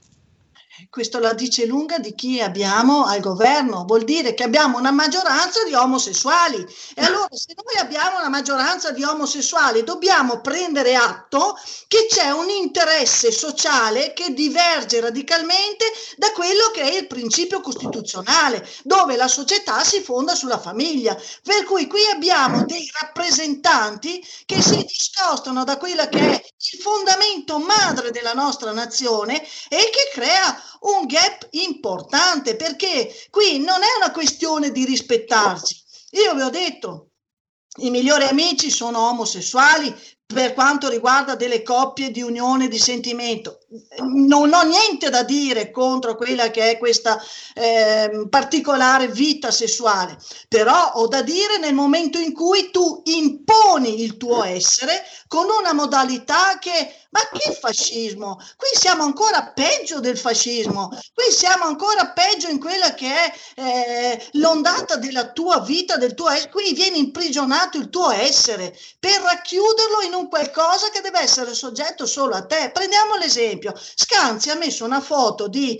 Questo la dice lunga di chi abbiamo al governo, vuol dire che abbiamo una maggioranza di omosessuali, e allora se noi abbiamo una maggioranza di omosessuali dobbiamo prendere atto che c'è un interesse sociale che diverge radicalmente da quello che è il principio costituzionale, dove la società si fonda sulla famiglia, per cui qui abbiamo dei rappresentanti che si discostano da quella che è il fondamento madre della nostra nazione e che crea un gap importante, perché qui non è una questione di rispettarsi. Io vi ho detto, i migliori amici sono omosessuali per quanto riguarda delle coppie di unione di sentimento, non ho niente da dire contro quella che è questa particolare vita sessuale, però ho da dire nel momento in cui tu imponi il tuo essere con una modalità ma che fascismo? Qui siamo ancora peggio del fascismo, qui siamo ancora peggio in quella che è l'ondata della tua vita, del tuo essere. Qui viene imprigionato il tuo essere per racchiuderlo in un qualcosa che deve essere soggetto solo a te. Prendiamo l'esempio, Scanzi ha messo una foto di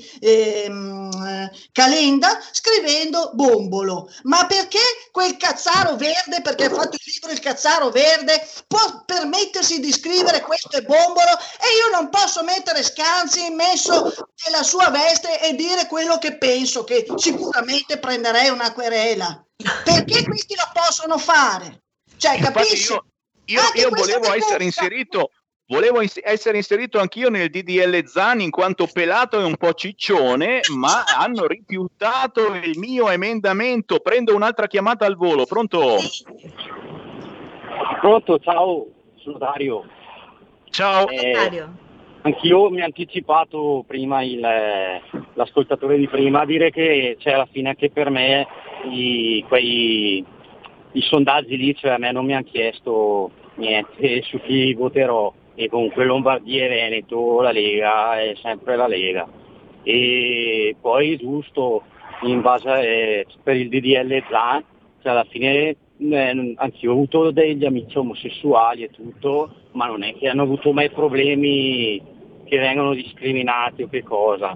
Calenda scrivendo Bombolo, ma perché quel cazzaro verde, perché ha fatto il libro Il cazzaro verde, può permettersi di scrivere questo è Bombolo e io non posso mettere Scanzi messo nella sua veste e dire quello che penso, che sicuramente prenderei una querela? Perché questi lo possono fare? Cioè, capisci? Io volevo essere inserito anch'io nel DDL Zan in quanto pelato e un po' ciccione, ma hanno rifiutato il mio emendamento. Prendo un'altra chiamata al volo. Pronto? Pronto, ciao, sono Dario. Ciao. Anch'io mi ha anticipato prima l'ascoltatore di prima a dire che alla fine anche per me i sondaggi lì, a me non mi hanno chiesto niente su chi voterò, e comunque Lombardia e Veneto, la Lega è sempre la Lega. E poi giusto in base per il DDL Zan, alla fine anzi ho avuto degli amici omosessuali e tutto, ma non è che hanno avuto mai problemi che vengono discriminati o che cosa.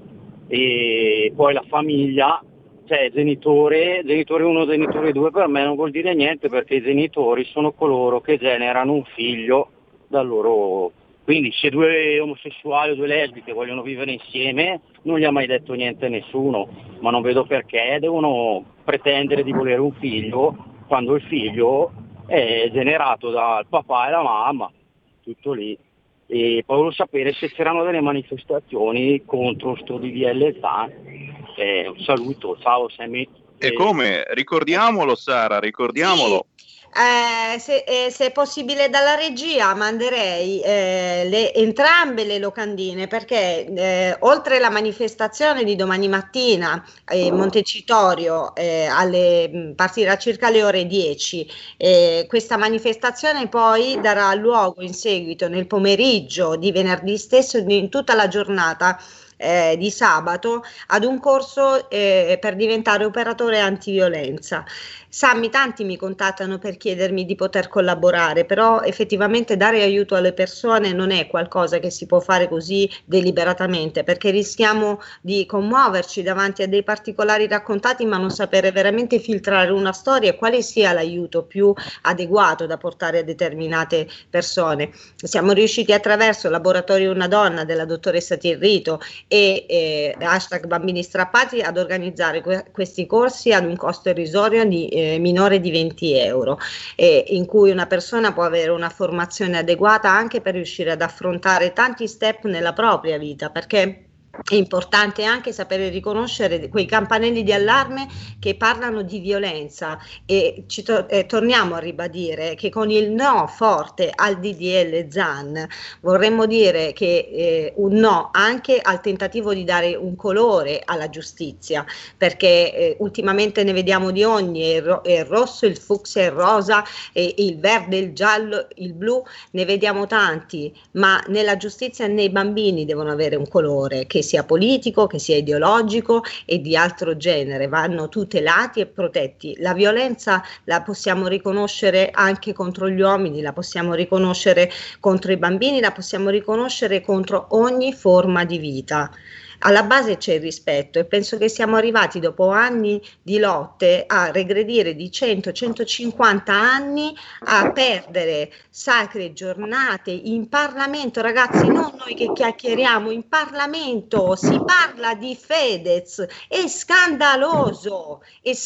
E poi la famiglia, genitore 1, genitore 2 per me non vuol dire niente, perché i genitori sono coloro che generano un figlio da loro. Quindi se 2 omosessuali o 2 lesbiche vogliono vivere insieme non gli ha mai detto niente nessuno, ma non vedo perché devono pretendere di volere un figlio quando il figlio è generato dal papà e la mamma, tutto lì. E poi volevo sapere se c'erano delle manifestazioni contro sto DDL Zan. Un saluto, ciao Sammy. E come? Ricordiamolo Sara, ricordiamolo. Se è possibile dalla regia manderei entrambe le locandine, perché oltre la manifestazione di domani mattina Montecitorio partirà circa alle ore 10, questa manifestazione poi darà luogo in seguito nel pomeriggio di venerdì stesso, in tutta la giornata di sabato, ad un corso per diventare operatore antiviolenza. Sammy, tanti mi contattano per chiedermi di poter collaborare, però effettivamente dare aiuto alle persone non è qualcosa che si può fare così deliberatamente, perché rischiamo di commuoverci davanti a dei particolari raccontati ma non sapere veramente filtrare una storia e quale sia l'aiuto più adeguato da portare a determinate persone. Siamo riusciti attraverso Laboratorio Una Donna della dottoressa Tirrito e #bambini strappati ad organizzare questi corsi ad un costo irrisorio di minore di 20 euro, in cui una persona può avere una formazione adeguata anche per riuscire ad affrontare tanti step nella propria vita, perché è importante anche sapere riconoscere quei campanelli di allarme che parlano di violenza e torniamo a ribadire che con il no forte al DDL Zan vorremmo dire che un no anche al tentativo di dare un colore alla giustizia, perché ultimamente ne vediamo di ogni, il rosso, il fucsia, il rosa, il verde, il giallo, il blu, ne vediamo tanti, ma nella giustizia nei bambini devono avere un colore che sia politico, che sia ideologico e di altro genere, vanno tutelati e protetti. La violenza la possiamo riconoscere anche contro gli uomini, la possiamo riconoscere contro i bambini, la possiamo riconoscere contro ogni forma di vita. Alla base c'è il rispetto e penso che siamo arrivati dopo anni di lotte a regredire di 100-150 anni, a perdere sacre giornate in Parlamento. Ragazzi, non noi che chiacchieriamo, in Parlamento si parla di Fedez, è scandaloso,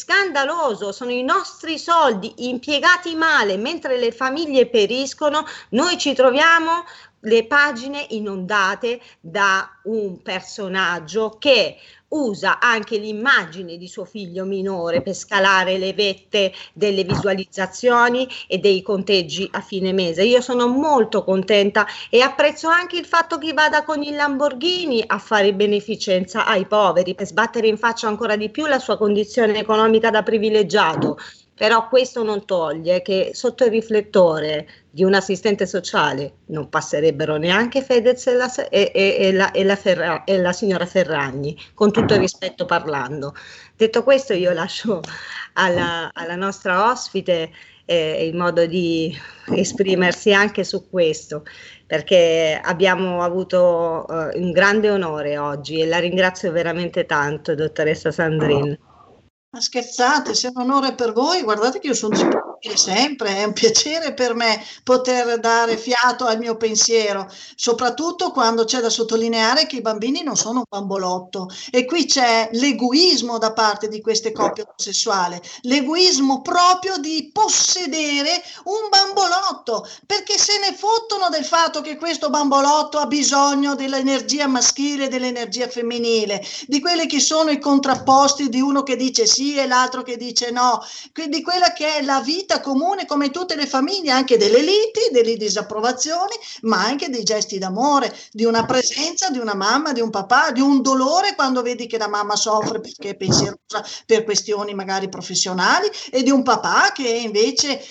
sono i nostri soldi impiegati male, mentre le famiglie periscono, noi ci troviamo le pagine inondate da un personaggio che usa anche l'immagine di suo figlio minore per scalare le vette delle visualizzazioni e dei conteggi a fine mese. Io sono molto contenta e apprezzo anche il fatto che vada con il Lamborghini a fare beneficenza ai poveri per sbattere in faccia ancora di più la sua condizione economica da privilegiato. Però questo non toglie che sotto il riflettore di un assistente sociale non passerebbero neanche Fedez e la signora Ferragni, con tutto il rispetto parlando. Detto questo, io lascio alla nostra ospite il modo di esprimersi anche su questo, perché abbiamo avuto un grande onore oggi e la ringrazio veramente tanto, dottoressa Sandrin. Ma scherzate, se è un onore per voi, guardate che io sono disponibile sempre, è un piacere per me poter dare fiato al mio pensiero, soprattutto quando c'è da sottolineare che i bambini non sono un bambolotto e qui c'è l'egoismo da parte di queste coppie omosessuali, l'egoismo proprio di possedere un bambolotto, perché se ne fottono del fatto che questo bambolotto ha bisogno dell'energia maschile e dell'energia femminile, di quelli che sono i contrapposti di uno che dice sì e l'altro che dice no, quindi quella che è la vita comune come tutte le famiglie, anche delle liti, delle disapprovazioni, ma anche dei gesti d'amore, di una presenza, di una mamma, di un papà, di un dolore quando vedi che la mamma soffre perché è pensierosa per questioni magari professionali e di un papà che invece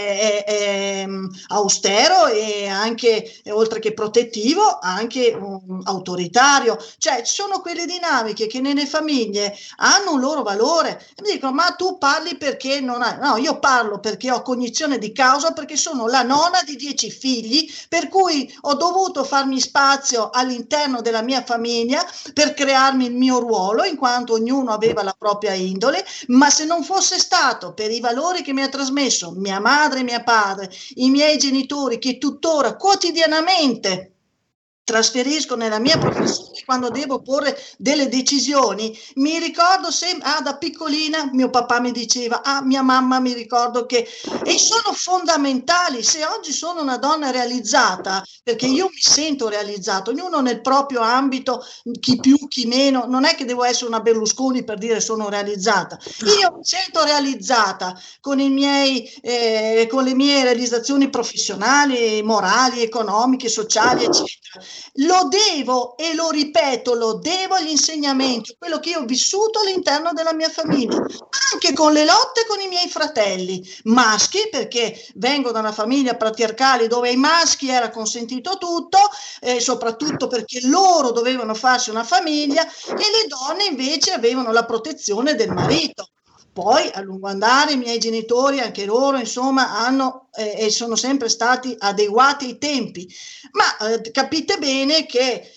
è austero e anche, oltre che protettivo, anche autoritario. Cioè ci sono quelle dinamiche che nelle famiglie hanno un loro valore. Mi dicono, ma tu parli perché non hai... No, io parlo perché ho cognizione di causa, perché sono la nonna di 10 figli, per cui ho dovuto farmi spazio all'interno della mia famiglia per crearmi il mio ruolo, in quanto ognuno aveva la propria indole, ma se non fosse stato per i valori che mi ha trasmesso mia madre e mio padre, i miei genitori, che tuttora quotidianamente trasferisco nella mia professione quando devo porre delle decisioni, mi ricordo sempre, da piccolina mio papà mi diceva, mia mamma mi ricordo che, e sono fondamentali. Se oggi sono una donna realizzata, perché io mi sento realizzata, ognuno nel proprio ambito, chi più, chi meno, non è che devo essere una Berlusconi per dire sono realizzata, io mi sento realizzata con i miei, con le mie realizzazioni professionali, morali, economiche, sociali, eccetera. Lo devo, e lo ripeto, lo devo agli insegnamenti, quello che io ho vissuto all'interno della mia famiglia, anche con le lotte con i miei fratelli maschi, perché vengo da una famiglia patriarcale dove ai maschi era consentito tutto, soprattutto perché loro dovevano farsi una famiglia e le donne invece avevano la protezione del marito. Poi a lungo andare i miei genitori, anche loro, insomma, hanno e sono sempre stati adeguati ai tempi, ma capite bene che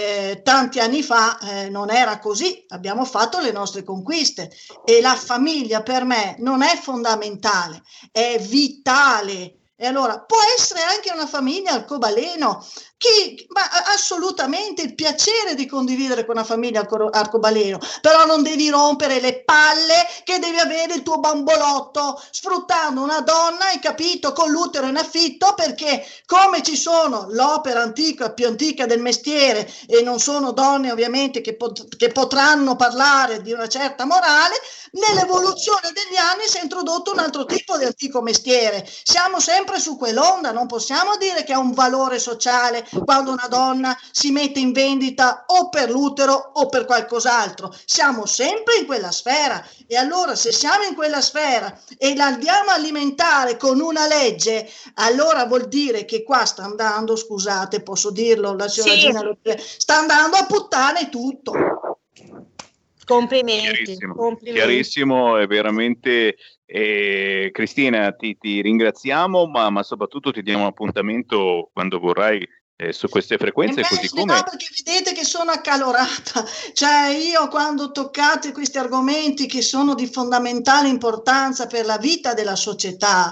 tanti anni fa non era così, abbiamo fatto le nostre conquiste e la famiglia per me non è fondamentale, è vitale. E allora può essere anche una famiglia arcobaleno, ma assolutamente il piacere di condividere con una famiglia arcobaleno, però non devi rompere le palle che devi avere il tuo bambolotto sfruttando una donna, hai capito, con l'utero in affitto, perché come ci sono l'opera antica, più antica del mestiere, e non sono donne ovviamente che potranno parlare di una certa morale, nell'evoluzione degli anni si è introdotto un altro tipo di antico mestiere. Siamo sempre su quell'onda, non possiamo dire che ha un valore sociale quando una donna si mette in vendita o per l'utero o per qualcos'altro. Siamo sempre in quella sfera, e allora se siamo in quella sfera e la andiamo a alimentare con una legge, allora vuol dire che qua sta andando, scusate, posso dirlo, la signora Gina, sta andando a puttane tutto. Complimenti. Chiarissimo, è veramente Cristina, ti ringraziamo, ma soprattutto ti diamo un appuntamento quando vorrai su queste frequenze, così come... No, perché vedete che sono accalorata, cioè io quando toccate questi argomenti che sono di fondamentale importanza per la vita della società,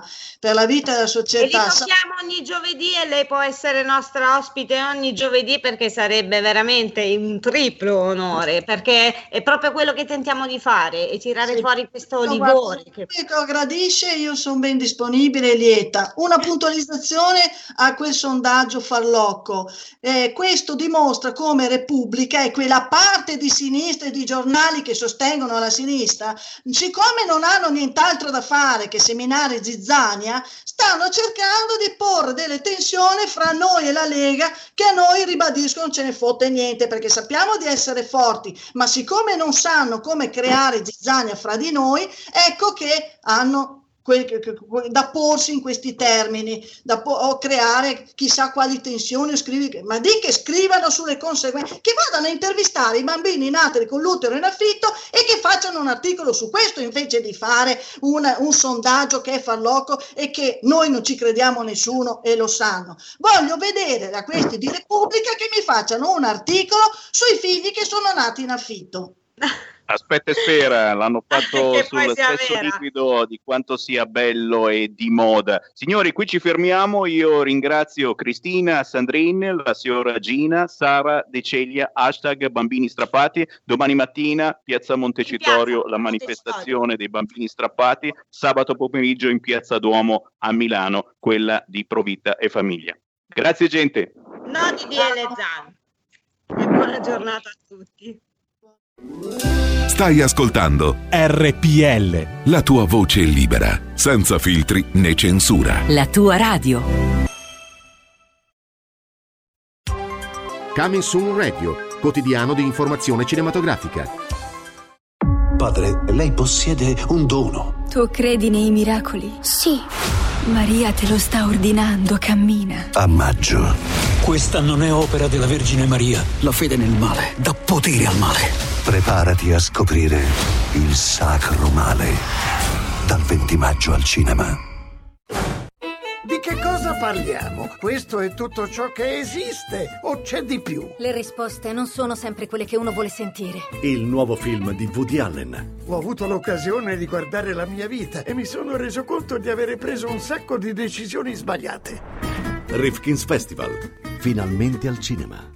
per la vita della società. E li tocchiamo ogni giovedì e lei può essere nostra ospite ogni giovedì, perché sarebbe veramente un triplo onore, perché è proprio quello che tentiamo di fare, e tirare fuori questo livore. Che gradisce, io sono ben disponibile e lieta. Una puntualizzazione a quel sondaggio farlocco. Questo dimostra come Repubblica e quella parte di sinistra e di giornali che sostengono la sinistra, siccome non hanno nient'altro da fare che seminare zizzania, stanno cercando di porre delle tensioni fra noi e la Lega, che a noi, ribadisco, non ce ne fotte niente, perché sappiamo di essere forti, ma siccome non sanno come creare zizzania fra di noi, ecco che hanno da porsi in questi termini, o creare chissà quali tensioni, ma di che scrivano sulle conseguenze, che vadano a intervistare i bambini nati con l'utero in affitto e che facciano un articolo su questo, invece di fare un sondaggio che è farlocco e che noi non ci crediamo nessuno e lo sanno. Voglio vedere da questi di Repubblica che mi facciano un articolo sui figli che sono nati in affitto. Aspetta e spera, l'hanno fatto sullo stesso liquido di quanto sia bello e di moda. Signori, qui ci fermiamo. Io ringrazio Cristina, Sandrine, la signora Gina, Sara, De Celia, #bambini strappati. Domani mattina, Piazza Montecitorio, la manifestazione dei bambini strappati. Sabato pomeriggio in Piazza Duomo a Milano, quella di Provita e Famiglia. Grazie gente. No di DL Zan. E buona giornata a tutti. Stai ascoltando RPL, la tua voce libera, senza filtri né censura. La tua radio. Coming Soon Radio, quotidiano di informazione cinematografica. Padre, lei possiede un dono. Tu credi nei miracoli? Sì. Maria te lo sta ordinando, cammina. A maggio. Questa non è opera della Vergine Maria. La fede nel male dà potere al male. Preparati a scoprire il sacro male. Dal 20 maggio al cinema. Di che cosa parliamo? Questo è tutto ciò che esiste o c'è di più? Le risposte non sono sempre quelle che uno vuole sentire. Il nuovo film di Woody Allen. Ho avuto l'occasione di guardare la mia vita e mi sono reso conto di avere preso un sacco di decisioni sbagliate. Rifkin's Festival, finalmente al cinema.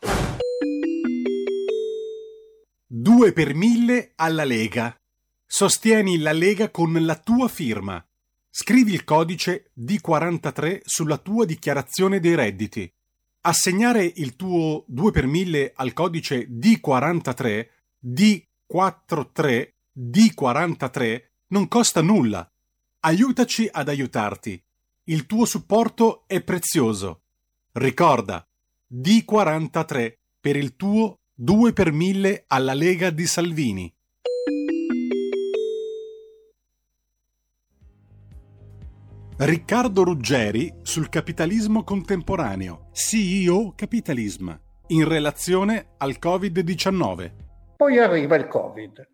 2 per 1000 alla Lega. Sostieni la Lega con la tua firma. Scrivi il codice D43 sulla tua dichiarazione dei redditi. Assegnare il tuo 2 per 1000 al codice D43, D43, D43 non costa nulla. Aiutaci ad aiutarti. Il tuo supporto è prezioso. Ricorda, D43 per il tuo 2 per 1000 alla Lega di Salvini. Riccardo Ruggeri sul capitalismo contemporaneo, CEO Capitalism, in relazione al Covid-19. Poi arriva il Covid.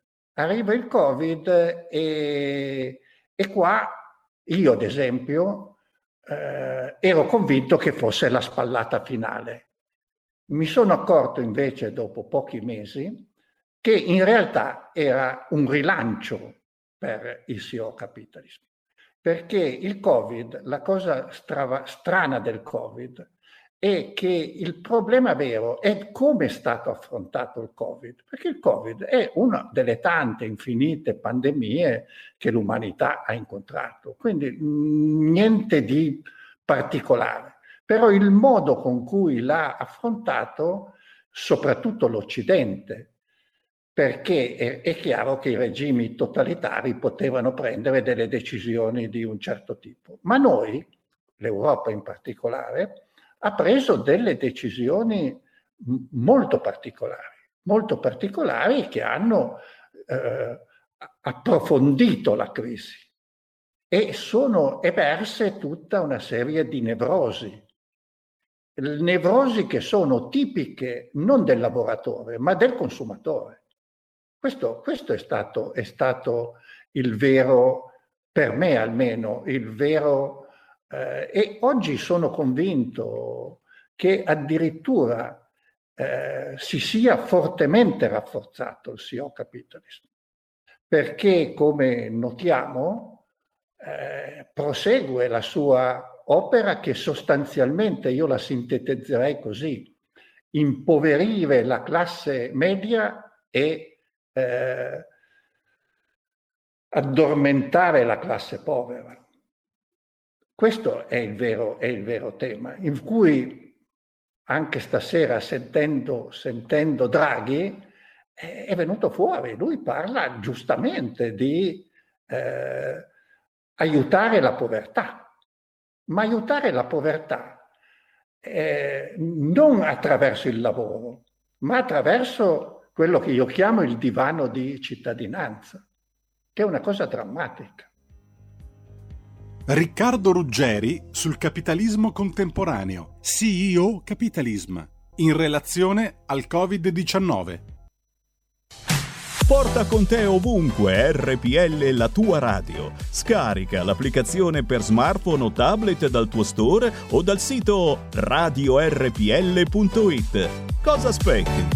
E qua io, ad esempio, ero convinto che fosse la spallata finale. Mi sono accorto invece, dopo pochi mesi, che in realtà era un rilancio per il CEO Capitalism. Perché il Covid, la cosa strana del Covid, è che il problema vero è come è stato affrontato il Covid. Perché il Covid è una delle tante infinite pandemie che l'umanità ha incontrato. Quindi niente di particolare. Però il modo con cui l'ha affrontato, soprattutto l'Occidente, perché è chiaro che i regimi totalitari potevano prendere delle decisioni di un certo tipo. Ma noi, l'Europa in particolare, ha preso delle decisioni molto particolari che hanno approfondito la crisi e sono emerse tutta una serie di nevrosi che sono tipiche non del lavoratore, ma del consumatore. Questo è stato il vero, per me almeno, il vero, e oggi sono convinto che addirittura si sia fortemente rafforzato il CEO Capitalism, perché come notiamo prosegue la sua opera, che sostanzialmente io la sintetizzerei così: impoverire la classe media e addormentare la classe povera. Questo è il vero tema, in cui anche stasera sentendo Draghi è venuto fuori. Lui parla giustamente di aiutare la povertà, ma aiutare la povertà non attraverso il lavoro, ma attraverso quello che io chiamo il divano di cittadinanza, che è una cosa drammatica. Riccardo Ruggeri sul capitalismo contemporaneo, CEO Capitalism, in relazione al Covid-19. Porta con te ovunque RPL, la tua radio. Scarica l'applicazione per smartphone o tablet dal tuo store o dal sito radiorpl.it. Cosa aspetti?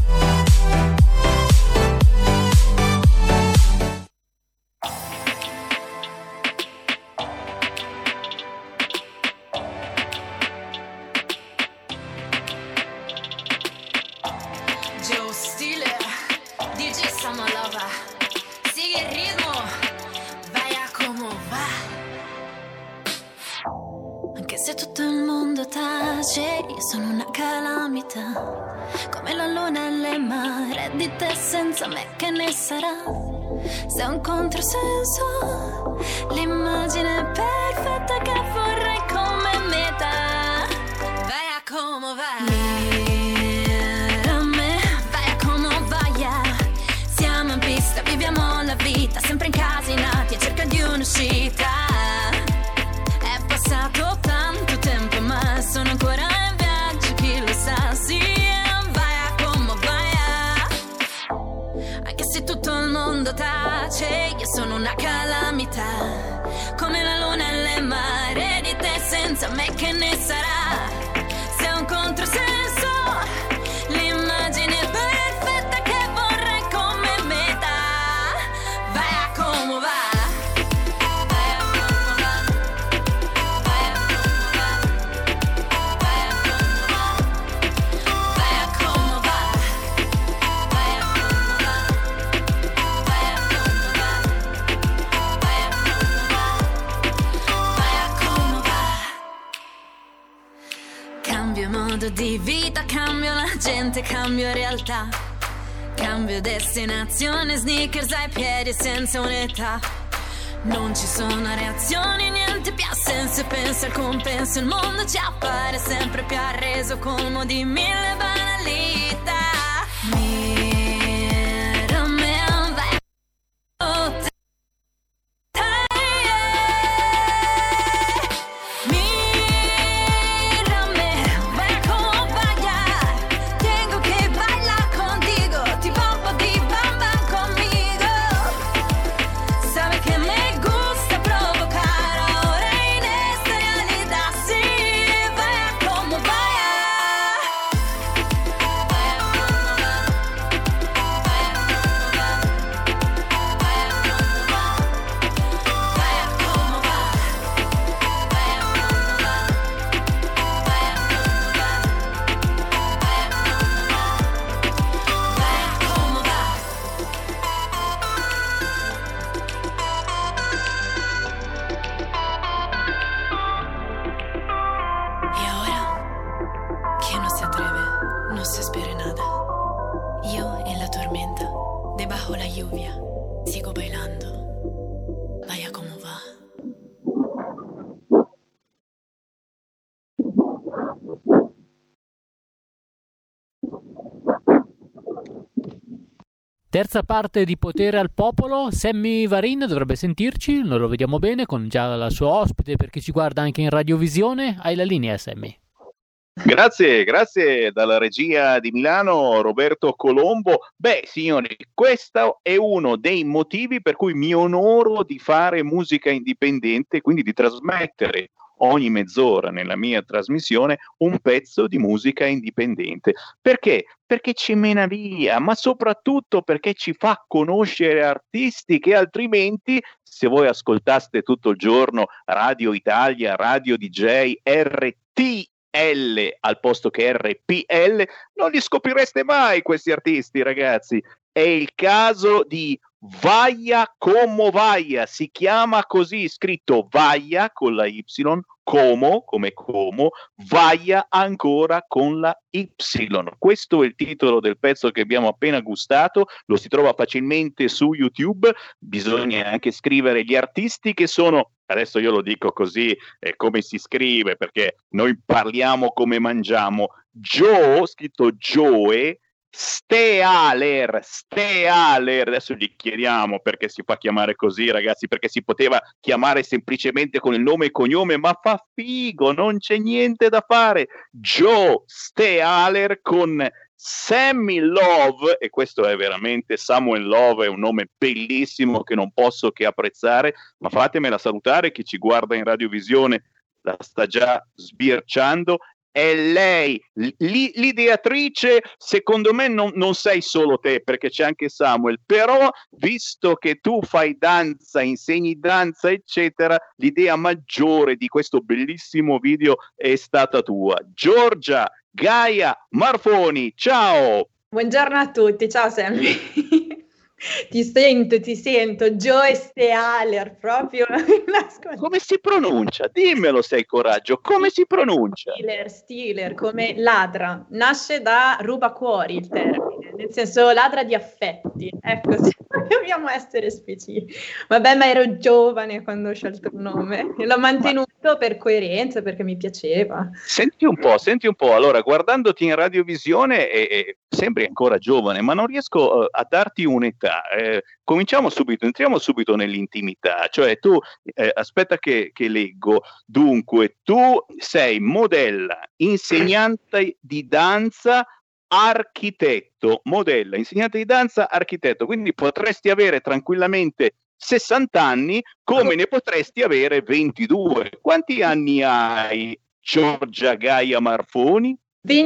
Sono una calamita, come la luna e le mare, di te senza me che ne sarà? Sei un controsenso, l'immagine perfetta che vorrei come meta. Vai a come va, mirami, vai a come voglia. Siamo in pista, viviamo la vita, sempre incasinati a cerca di un'uscita. È passato tanto tempo ma sono ancora sì, vai a come vai a. Anche se tutto il mondo tace, io sono una calamità, come la luna e le mare, di te senza me che ne sarà? Sei un controsenso, l'immagine perfetta che vorrei come meta. Vai a come va. Di vita, cambio la gente, cambio realtà, cambio destinazione, sneakers ai piedi senza un'età. Non ci sono reazioni, niente più ha senso e penso al compenso. Il mondo ci appare sempre più arreso, colmo di mille banalità. Mirami, vai a Terza parte di Potere al Popolo. Sammy Varin dovrebbe sentirci, noi lo vediamo bene con già la sua ospite, per chi ci guarda anche in radiovisione. Hai la linea, Sammy. Grazie dalla regia di Milano, Roberto Colombo. Beh, signori, questo è uno dei motivi per cui mi onoro di fare musica indipendente, quindi di trasmettere ogni mezz'ora nella mia trasmissione un pezzo di musica indipendente. Perché? Perché ci mena via, ma soprattutto perché ci fa conoscere artisti che altrimenti, se voi ascoltaste tutto il giorno Radio Italia, Radio DJ, RTL al posto che RPL, non li scoprireste mai questi artisti, ragazzi. È il caso di Vaia Como Vaia, si chiama così, scritto Vaia con la Y, Como come Como, Vaia ancora con la Y. Questo è il titolo del pezzo che abbiamo appena gustato, lo si trova facilmente su YouTube, bisogna anche scrivere gli artisti che sono, adesso io lo dico così, come si scrive, perché noi parliamo come mangiamo, Joe, scritto Joe, Stealer, adesso gli chiediamo perché si fa chiamare così, ragazzi, perché si poteva chiamare semplicemente con il nome e cognome, ma fa figo, non c'è niente da fare. Joe Stealer con Sammy Love, e questo è veramente, Samuel Love è un nome bellissimo che non posso che apprezzare, ma fatemela salutare, chi ci guarda in radiovisione la sta già sbirciando. È lei, l'ideatrice, secondo me non sei solo te, perché c'è anche Samuel, però visto che tu fai danza, insegni danza, eccetera, l'idea maggiore di questo bellissimo video è stata tua. Giorgia Gaia Marfoni, ciao! Buongiorno a tutti, ciao Sammy. Ti sento, Joe Stealer, proprio. Come si pronuncia? Dimmelo se hai coraggio, come si pronuncia? Stealer, come ladra, nasce da rubacuori il termine, nel senso ladra di affetti, ecco, dobbiamo essere specifici. Vabbè, ma ero giovane quando ho scelto il nome e l'ho mantenuto per coerenza, perché mi piaceva. Senti un po', allora, guardandoti in radiovisione sembri ancora giovane, ma non riesco a darti un'età. Cominciamo subito, entriamo subito nell'intimità, cioè tu, aspetta che leggo, dunque tu sei modella, insegnante di danza, architetto, modella, insegnante di danza, architetto, quindi potresti avere tranquillamente 60 anni come ne potresti avere 22. Quanti anni hai, Giorgia Gaia Marfoni?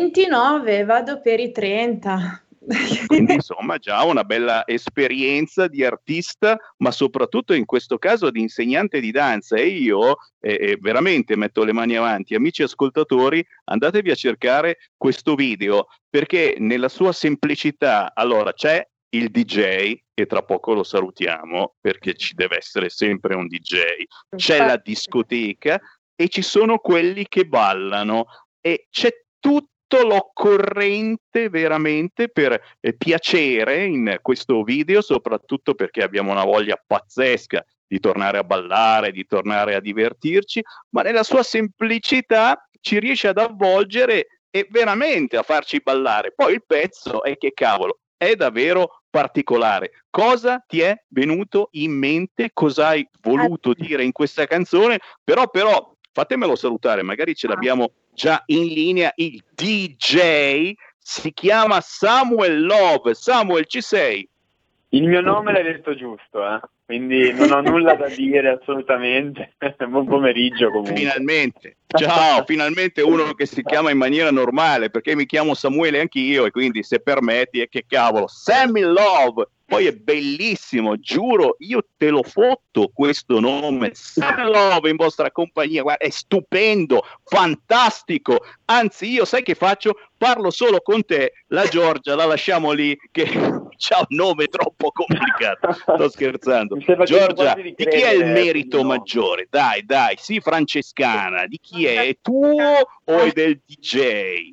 29, vado per i 30. Quindi insomma già una bella esperienza di artista, ma soprattutto in questo caso di insegnante di danza, e io veramente metto le mani avanti, amici ascoltatori, andatevi a cercare questo video, perché nella sua semplicità, allora c'è il DJ, e tra poco lo salutiamo perché ci deve essere sempre un DJ, c'è la discoteca e ci sono quelli che ballano e c'è tutto l'occorrente veramente per piacere in questo video, soprattutto perché abbiamo una voglia pazzesca di tornare a ballare, di tornare a divertirci, ma nella sua semplicità ci riesce ad avvolgere e veramente a farci ballare. Poi il pezzo è che cavolo, è davvero particolare. Cosa ti è venuto in mente? Cosa hai voluto dire in questa canzone? Però fatemelo salutare, magari ce l'abbiamo già in linea, il DJ si chiama Samuel Love. Samuel, ci sei? Il mio nome l'hai detto giusto, quindi non ho nulla da dire assolutamente. Buon pomeriggio comunque. Finalmente, ciao, finalmente uno che si chiama in maniera normale, perché mi chiamo Samuele anch'io e quindi se permetti, che cavolo, Sammy Love. Poi è bellissimo, giuro, io te lo fotto questo nome, Sammy Love in vostra compagnia, guarda, è stupendo, fantastico, anzi io sai che faccio? Parlo solo con te, la Giorgia la lasciamo lì che c'ha un nome troppo complicato, sto scherzando. Giorgia, di chi è il merito maggiore? Dai, sì, francescana, di chi è? È tuo o è del DJ?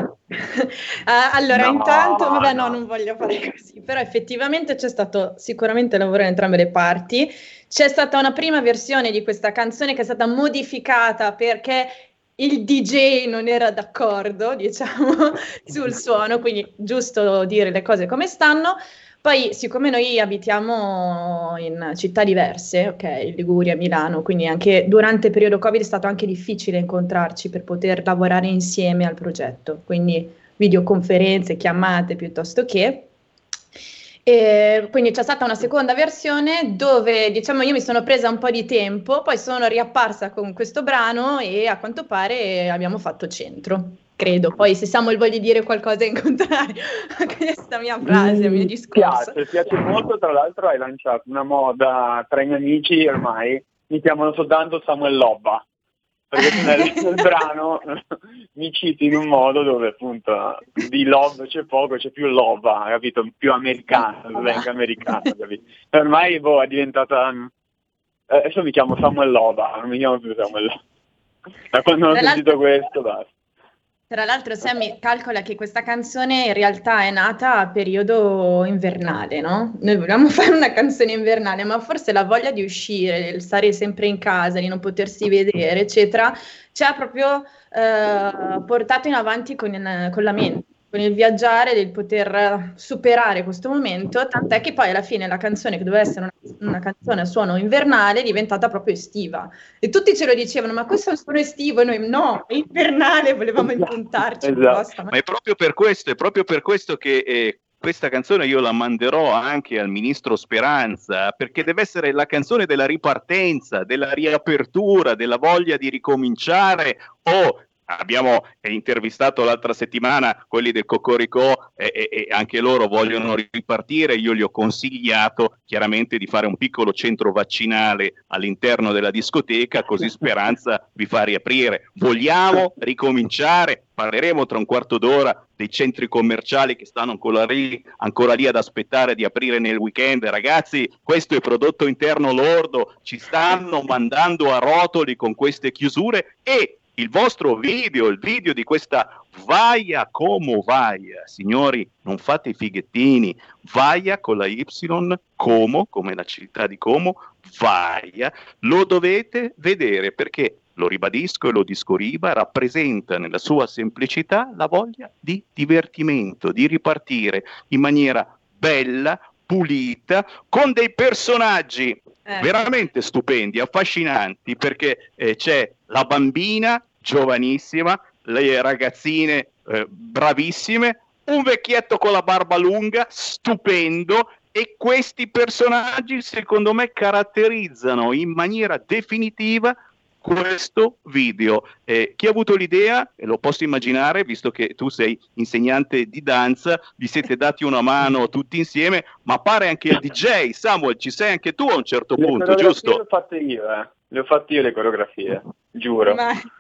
Allora, intanto, vabbè, no, non voglio fare così, però effettivamente c'è stato sicuramente lavoro in entrambe le parti. C'è stata una prima versione di questa canzone che è stata modificata perché il DJ non era d'accordo, diciamo, sul suono, quindi giusto dire le cose come stanno. Poi, siccome noi abitiamo in città diverse, ok, Liguria, Milano, quindi anche durante il periodo Covid è stato anche difficile incontrarci per poter lavorare insieme al progetto, quindi videoconferenze, chiamate piuttosto che. E quindi c'è stata una seconda versione dove, diciamo, io mi sono presa un po' di tempo, poi sono riapparsa con questo brano e a quanto pare abbiamo fatto centro, credo. Poi se Samuel vuole dire qualcosa in contrario a questa mia frase, al mio discorso. Piace molto, tra l'altro hai lanciato una moda tra i miei amici, ormai mi chiamano soltanto Samuel Lobba, perché nel brano mi citi in un modo dove appunto di love c'è poco, c'è più lobba, capito? Più americano, slang americano, capito? Ormai è diventata... adesso mi chiamo Samuel Lobba, non mi chiamo più Samuel Lobba. Da quando ho sentito questo, basta. Tra l'altro, Sammy, calcola che questa canzone in realtà è nata a periodo invernale, no? Noi volevamo fare una canzone invernale, ma forse la voglia di uscire, di stare sempre in casa, di non potersi vedere, eccetera, ci ha proprio portato in avanti con la mente, con il viaggiare, del poter superare questo momento, tant'è che poi alla fine la canzone, che doveva essere una canzone a suono invernale, è diventata proprio estiva. E tutti ce lo dicevano, ma questo è un suono estivo, e noi no, è invernale, volevamo impuntarci. Esatto. Ma è proprio per questo che questa canzone io la manderò anche al ministro Speranza, perché deve essere la canzone della ripartenza, della riapertura, della voglia di ricominciare. Abbiamo intervistato l'altra settimana quelli del Cocorico e anche loro vogliono ripartire. Io gli ho consigliato chiaramente di fare un piccolo centro vaccinale all'interno della discoteca, così Speranza vi fa riaprire. Vogliamo ricominciare? Parleremo tra un quarto d'ora dei centri commerciali che stanno ancora lì ad aspettare di aprire nel weekend. Ragazzi, questo è prodotto interno lordo, ci stanno mandando a rotoli con queste chiusure. E il vostro video, il video di questa Vaia Como Vaia, signori, non fate i fighettini, Vaia con la Y, Como, come la città di Como, Vaia, lo dovete vedere perché, lo ribadisco e lo disco riba, rappresenta nella sua semplicità la voglia di divertimento, di ripartire in maniera bella, pulita, con dei personaggi veramente stupendi, affascinanti, perché c'è la bambina giovanissima, le ragazzine bravissime, un vecchietto con la barba lunga stupendo, e questi personaggi secondo me caratterizzano in maniera definitiva questo video. Chi ha avuto l'idea, lo posso immaginare, visto che tu sei insegnante di danza, vi siete dati una mano tutti insieme, ma pare anche il DJ. Samuel, ci sei anche tu a un certo punto, giusto? Le ho fatte io le coreografie, giuro.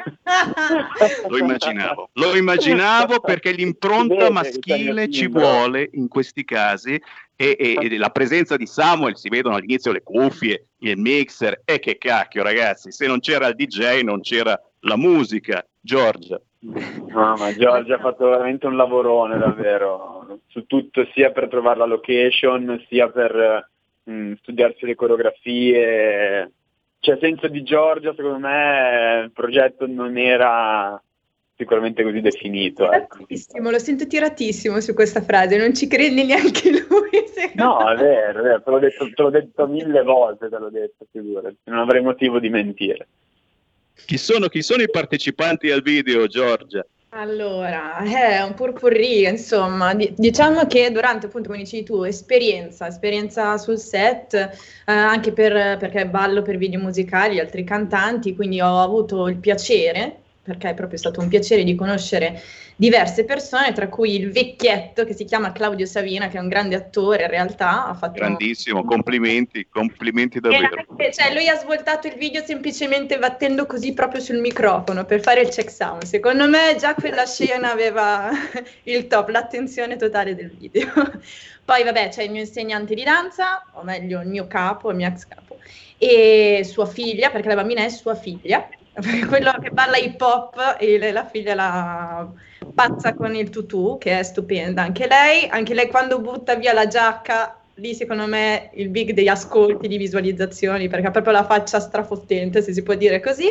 Lo immaginavo perché l'impronta maschile ci vuole in questi casi, e la presenza di Samuel, si vedono all'inizio le cuffie, il mixer, e che cacchio ragazzi, se non c'era il DJ non c'era la musica. Giorgia. No, ma Giorgia ha fatto veramente un lavorone davvero, su tutto, sia per trovare la location, sia per studiarsi le coreografie. Cioè, senza di Giorgia, secondo me, il progetto non era sicuramente così definito. Ecco. Lo sento tiratissimo su questa frase, non ci crede neanche lui. No, è vero, te l'ho detto 1000 volte, te l'ho detto, figurati, non avrei motivo di mentire. Chi sono i partecipanti al video, Giorgia? Allora, è un purpurri, insomma, diciamo che durante, appunto, come dicevi tu, esperienza sul set, anche perché ballo per video musicali, altri cantanti, quindi ho avuto il piacere, perché è proprio stato un piacere di conoscere diverse persone, tra cui il vecchietto che si chiama Claudio Savina, che è un grande attore in realtà. Ha fatto grandissimo, complimenti davvero. Cioè, lui ha svoltato il video semplicemente battendo così proprio sul microfono per fare il check sound. Secondo me già quella scena aveva il top, l'attenzione totale del video. Poi vabbè, c'è il mio insegnante di danza, o meglio il mio capo, il mio ex capo, e sua figlia, perché la bambina è sua figlia, quello che balla hip hop, e la figlia la pazza con il tutù, che è stupenda anche lei quando butta via la giacca, lì secondo me il big degli ascolti, di visualizzazioni, perché ha proprio la faccia strafottente, se si può dire così.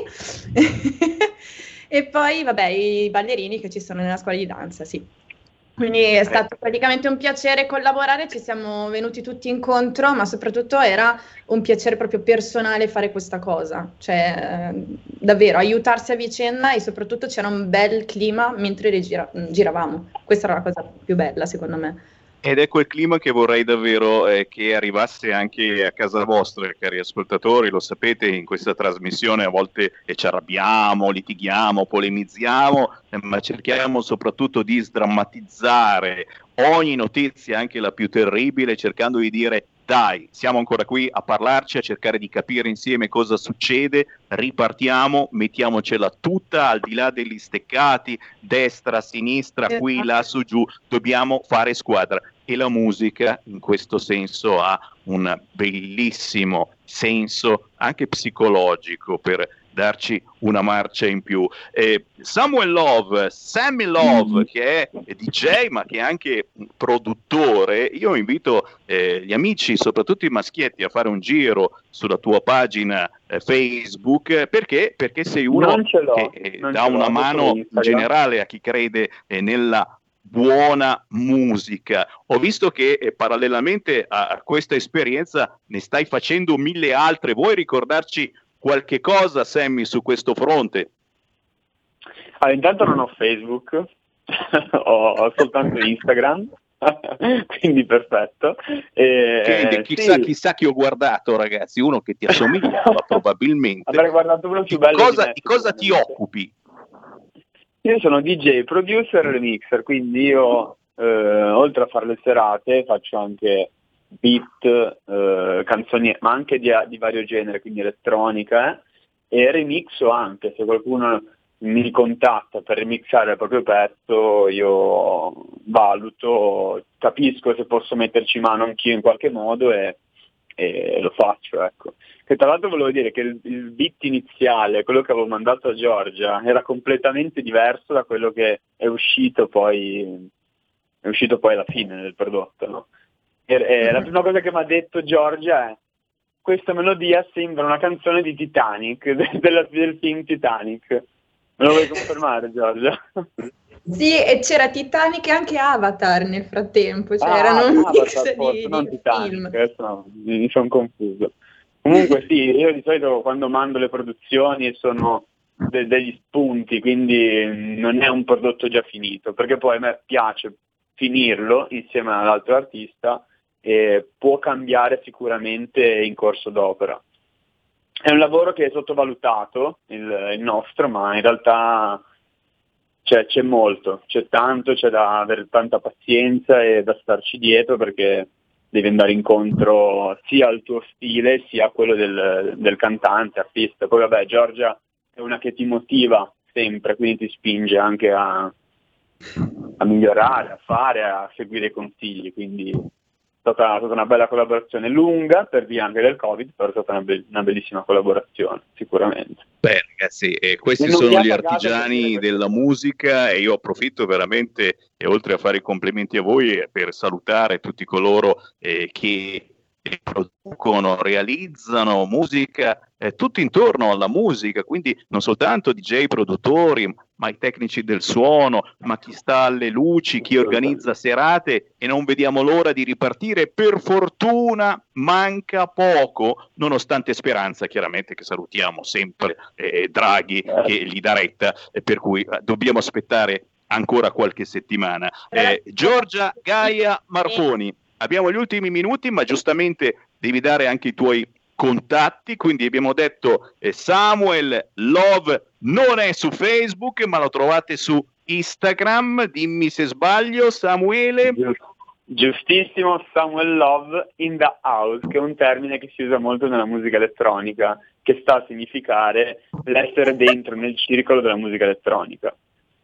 E poi vabbè, i ballerini che ci sono nella scuola di danza, sì. Quindi è stato praticamente un piacere collaborare, ci siamo venuti tutti incontro, ma soprattutto era un piacere proprio personale fare questa cosa, cioè davvero aiutarsi a vicenda, e soprattutto c'era un bel clima mentre giravamo. Questa era la cosa più bella, secondo me. Ed è quel clima che vorrei davvero che arrivasse anche a casa vostra, cari ascoltatori. Lo sapete, in questa trasmissione a volte ci arrabbiamo, litighiamo, polemizziamo, ma cerchiamo soprattutto di sdrammatizzare ogni notizia, anche la più terribile, cercando di dire: dai, siamo ancora qui a parlarci, a cercare di capire insieme cosa succede, ripartiamo, mettiamocela tutta, al di là degli steccati, destra, sinistra, qui, là, su, giù, dobbiamo fare squadra. E la musica in questo senso ha un bellissimo senso anche psicologico per darci una marcia in più. Sammy Love, che è DJ ma che è anche produttore, io invito gli amici, soprattutto i maschietti, a fare un giro sulla tua pagina Facebook, perché sei uno che dà una mano in generale a chi crede nella buona musica. Ho visto che parallelamente a questa esperienza ne stai facendo 1000 altre. Vuoi ricordarci qualche cosa, Sammy, su questo fronte? Allora, intanto non ho Facebook, ho soltanto Instagram, quindi perfetto. Chissà chi ho guardato, ragazzi, uno che ti assomigliava probabilmente. Avrei guardato uno più bello di cosa ti occupi? Io sono DJ, producer e remixer, quindi io oltre a fare le serate faccio anche beat, canzoni, ma anche di vario genere, quindi elettronica, e remixo anche. Se qualcuno mi contatta per remixare il proprio pezzo, io valuto, capisco se posso metterci mano anch'io in qualche modo e lo faccio, ecco. Che tra l'altro volevo dire che il beat iniziale, quello che avevo mandato a Giorgia, era completamente diverso da quello che è uscito poi alla fine del prodotto, no? La prima cosa che mi ha detto Giorgia è: questa melodia sembra una canzone di Titanic, del film Titanic. Me lo vuoi confermare, Giorgia? Sì, e c'era Titanic e anche Avatar nel frattempo, cioè erano un mix non di Titanic, film. adesso no, mi sono confuso. Comunque sì, io di solito quando mando le produzioni sono degli spunti, quindi non è un prodotto già finito, perché poi a me piace finirlo insieme all'altro artista e può cambiare sicuramente in corso d'opera. È un lavoro che è sottovalutato, il nostro, ma in realtà c'è molto, c'è tanto, c'è da avere tanta pazienza e da starci dietro, perché devi andare incontro sia al tuo stile sia a quello del cantante, artista. Poi vabbè, Giorgia è una che ti motiva sempre, quindi ti spinge anche a migliorare, a fare, a seguire i consigli, quindi è stata una bella collaborazione, lunga per via anche del Covid, però è stata una bellissima collaborazione, sicuramente. Beh, ragazzi, questi sono gli artigiani della musica, e io approfitto veramente, e oltre a fare i complimenti a voi, per salutare tutti coloro che producono, realizzano musica, tutto intorno alla musica, quindi non soltanto DJ, produttori, ma i tecnici del suono, ma chi sta alle luci, chi organizza serate, e non vediamo l'ora di ripartire. Per fortuna manca poco, nonostante Speranza, chiaramente, che salutiamo sempre, Draghi, che gli dà retta, per cui dobbiamo aspettare ancora qualche settimana. Giorgia Gaia Marfoni, abbiamo gli ultimi minuti, ma giustamente devi dare anche i tuoi contatti, quindi abbiamo detto Samuel Love non è su Facebook, ma lo trovate su Instagram. Dimmi se sbaglio, Samuele. Giustissimo, Samuel Love in the house, che è un termine che si usa molto nella musica elettronica, che sta a significare l'essere dentro nel circolo della musica elettronica.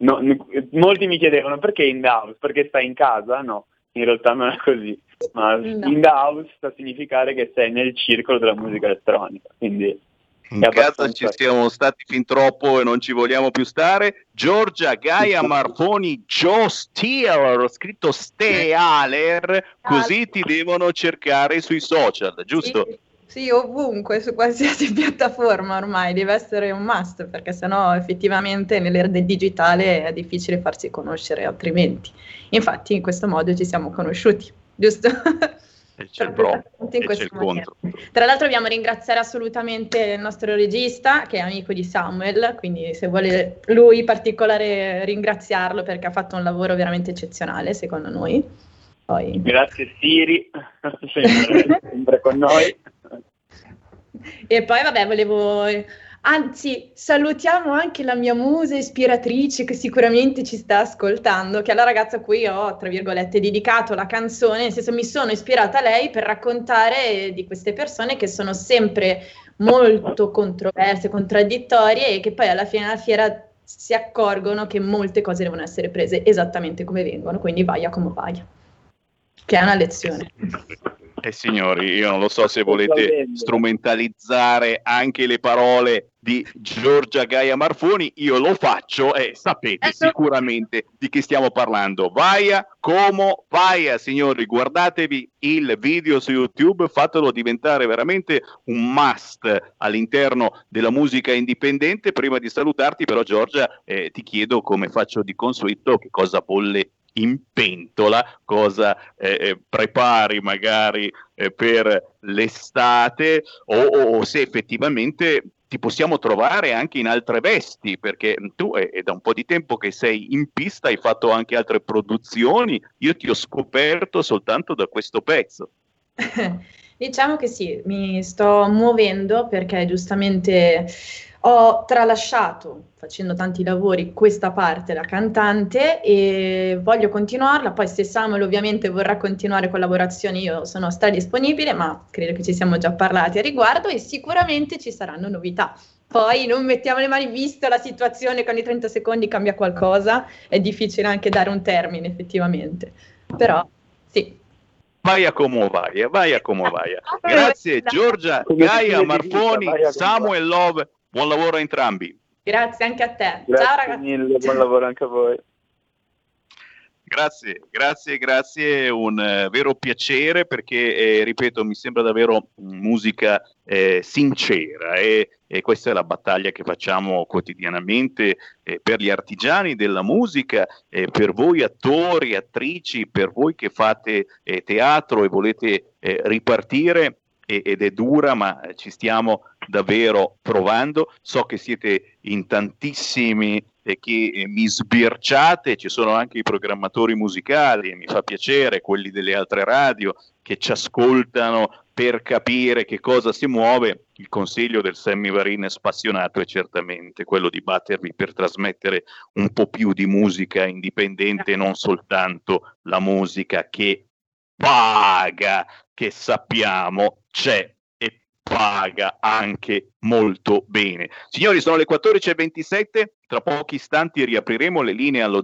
Molti mi chiedevano perché in the house, perché stai in casa? No, in realtà non è così, ma in the house sta a significare che sei nel circolo della musica elettronica, quindi in casa ci siamo stati fin troppo e non ci vogliamo più stare. Giorgia Gaia Marfoni, Joe Steele, ho scritto Stealer, così ti devono cercare sui social, giusto? Sì, ovunque, su qualsiasi piattaforma ormai deve essere un must, perché sennò effettivamente nell'era del digitale è difficile farsi conoscere altrimenti. Infatti in questo modo ci siamo conosciuti, giusto? E c'è il pro, e c'è il contro. Tra l'altro dobbiamo ringraziare assolutamente il nostro regista, che è amico di Samuel, quindi se vuole lui in particolare ringraziarlo, perché ha fatto un lavoro veramente eccezionale secondo noi. Poi... Grazie Siri, sempre con noi. E poi vabbè, anzi, salutiamo anche la mia musa ispiratrice che sicuramente ci sta ascoltando, che è la ragazza a cui ho, tra virgolette, dedicato la canzone, nel senso mi sono ispirata a lei per raccontare di queste persone che sono sempre molto controverse, contraddittorie e che poi alla fine della fiera si accorgono che molte cose devono essere prese esattamente come vengono, quindi vaia come vaia, che è una lezione. Signori, io non lo so se volete strumentalizzare anche le parole di Giorgia Gaia Marfoni, io lo faccio e sapete sicuramente di chi stiamo parlando. Vaia como vaia, signori, guardatevi il video su YouTube, fatelo diventare veramente un must all'interno della musica indipendente. Prima di salutarti però, Giorgia, ti chiedo, come faccio di consueto, che cosa bolle in pentola, cosa prepari magari per l'estate, o se effettivamente ti possiamo trovare anche in altre vesti, perché tu è da un po' di tempo che sei in pista, hai fatto anche altre produzioni, io ti ho scoperto soltanto da questo pezzo. Diciamo che sì, mi sto muovendo perché giustamente ho tralasciato, facendo tanti lavori, questa parte da cantante e voglio continuarla. Poi se Samuel ovviamente vorrà continuare collaborazioni, io sono disponibile, ma credo che ci siamo già parlati a riguardo e sicuramente ci saranno novità. Poi non mettiamo le mani, visto la situazione, con i 30 secondi cambia qualcosa, è difficile anche dare un termine effettivamente, però sì. Vaia como vaia. Grazie Giorgia Gaia Marfoni, Samuel Love. Buon lavoro a entrambi. Grazie anche a te. Grazie ciao ragazzi. Mille, buon lavoro anche a voi. Grazie, un vero piacere perché, ripeto, mi sembra davvero musica sincera e questa è la battaglia che facciamo quotidianamente per gli artigiani della musica, per voi attori, attrici, per voi che fate teatro e volete ripartire. Ed è dura, ma ci stiamo davvero provando. So che siete in tantissimi che mi sbirciate, ci sono anche i programmatori musicali, e mi fa piacere, quelli delle altre radio che ci ascoltano per capire che cosa si muove. Il consiglio del Sammy Varin spassionato è certamente quello di battervi per trasmettere un po' più di musica indipendente, non soltanto la musica che paga, che sappiamo c'è e paga anche molto bene. Signori, sono le 14:27, tra pochi istanti riapriremo le linee allo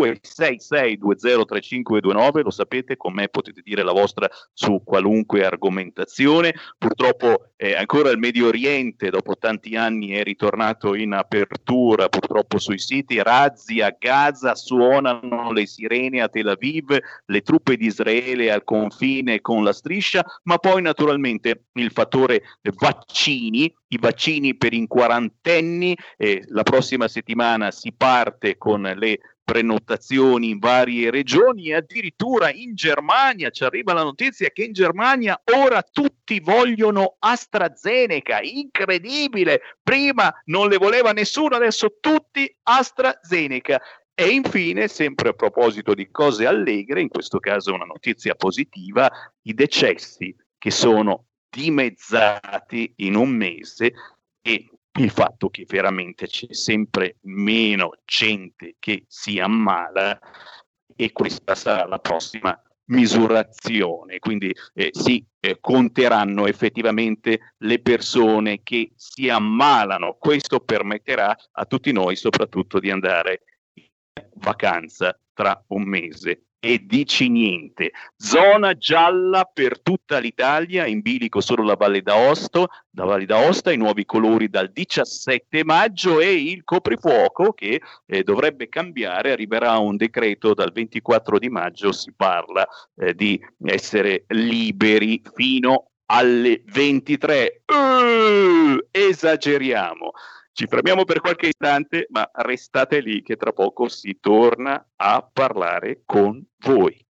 0266203529, lo sapete, con me potete dire la vostra su qualunque argomentazione. Purtroppo ancora il Medio Oriente dopo tanti anni è ritornato in apertura, purtroppo sui siti, razzi a Gaza, suonano le sirene a Tel Aviv, le truppe di Israele al confine con la striscia, ma poi naturalmente il fattore vaccini, i vaccini per i quarantenni, la prossima settimana si parte con le prenotazioni in varie regioni e addirittura in Germania ci arriva la notizia che in Germania ora tutti vogliono AstraZeneca, incredibile, prima non le voleva nessuno, adesso tutti AstraZeneca. E infine, sempre a proposito di cose allegre, in questo caso una notizia positiva, i decessi che sono dimezzati in un mese e il fatto che veramente c'è sempre meno gente che si ammala, e questa sarà la prossima misurazione, quindi conteranno effettivamente le persone che si ammalano. Questo permetterà a tutti noi soprattutto di andare in vacanza tra un mese. E dici niente, zona gialla per tutta l'Italia, in bilico solo la Valle d'Aosta, i nuovi colori dal 17 maggio e il coprifuoco che dovrebbe cambiare, arriverà un decreto dal 24 di maggio, si parla di essere liberi fino alle 23, esageriamo. Ci fermiamo per qualche istante, ma restate lì che tra poco si torna a parlare con voi.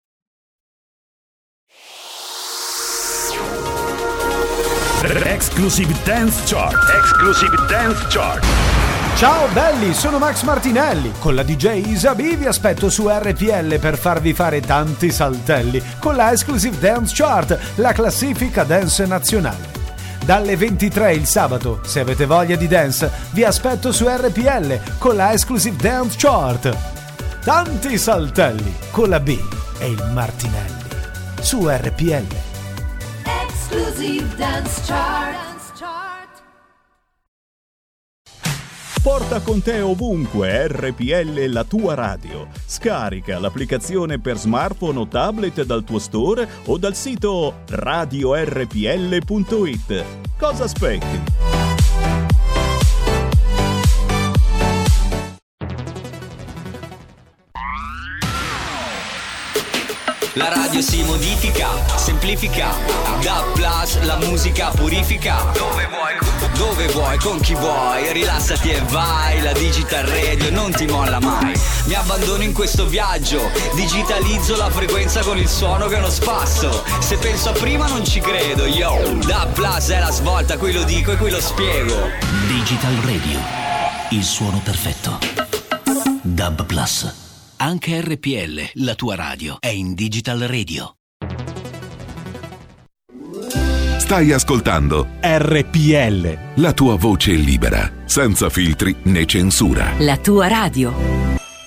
Exclusive Dance Chart. Ciao belli, sono Max Martinelli. Con la DJ Isabi vi aspetto su RPL per farvi fare tanti saltelli con la Exclusive Dance Chart, la classifica dance nazionale. Dalle 23 il sabato, se avete voglia di dance, vi aspetto su RPL con la Exclusive Dance Chart. Tanti saltelli con la B e il Martinelli su RPL. Exclusive Dance Chart. Porta con te ovunque RPL la tua radio. Scarica l'applicazione per smartphone o tablet dal tuo store o dal sito radiorpl.it. Cosa aspetti? La radio si modifica, semplifica, da plus la musica purifica. Dove vuoi, con chi vuoi, rilassati e vai. La Digital Radio non ti molla mai. Mi abbandono in questo viaggio, digitalizzo la frequenza con il suono che è uno spasso. Se penso a prima non ci credo, yo. Da plus è la svolta, qui lo dico e qui lo spiego. Digital Radio, il suono perfetto. DAB Plus. Anche RPL, la tua radio, è in Digital Radio. Stai ascoltando RPL, la tua voce libera, senza filtri né censura. La tua radio.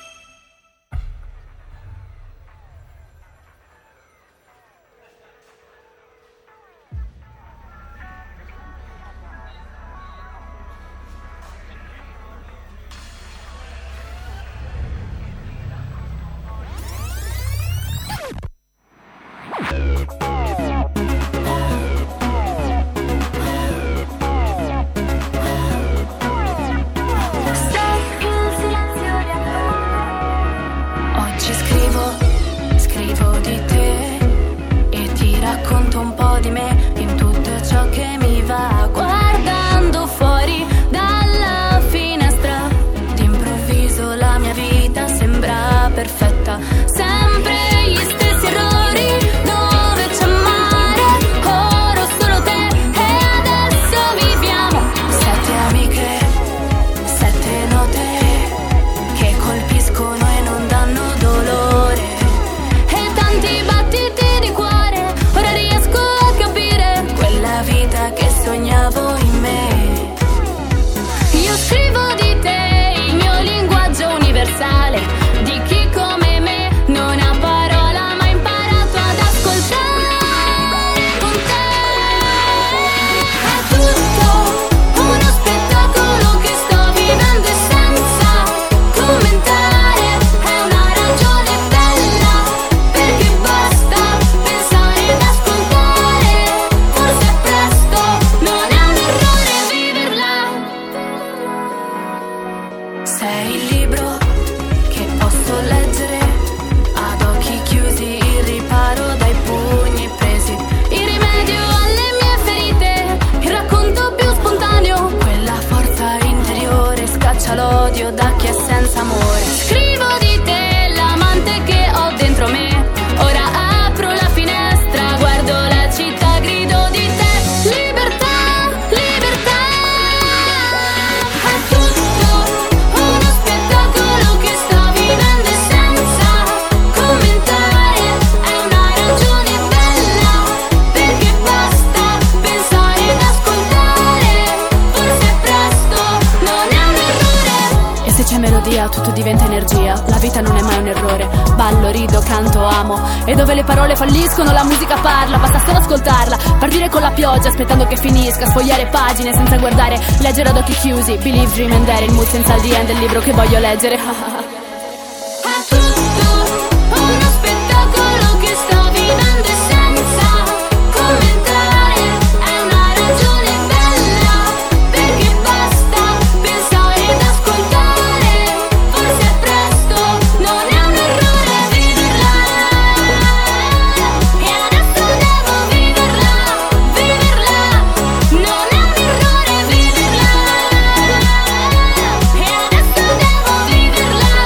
tutto diventa energia, la vita non è mai un errore. Ballo, rido, canto, amo. E dove le parole falliscono la musica parla, basta solo ascoltarla, partire con la pioggia aspettando che finisca, sfogliare pagine senza guardare, leggere ad occhi chiusi, believe, dream and dare, il mood senza il the end del libro che voglio leggere. Uno spettacolo che sto vivendo senza commentare, è una ragione bella, perché basta pensare ed ascoltare, forse è presto, non è un errore viverla, e adesso devo viverla, non è un errore viverla, e adesso devo viverla.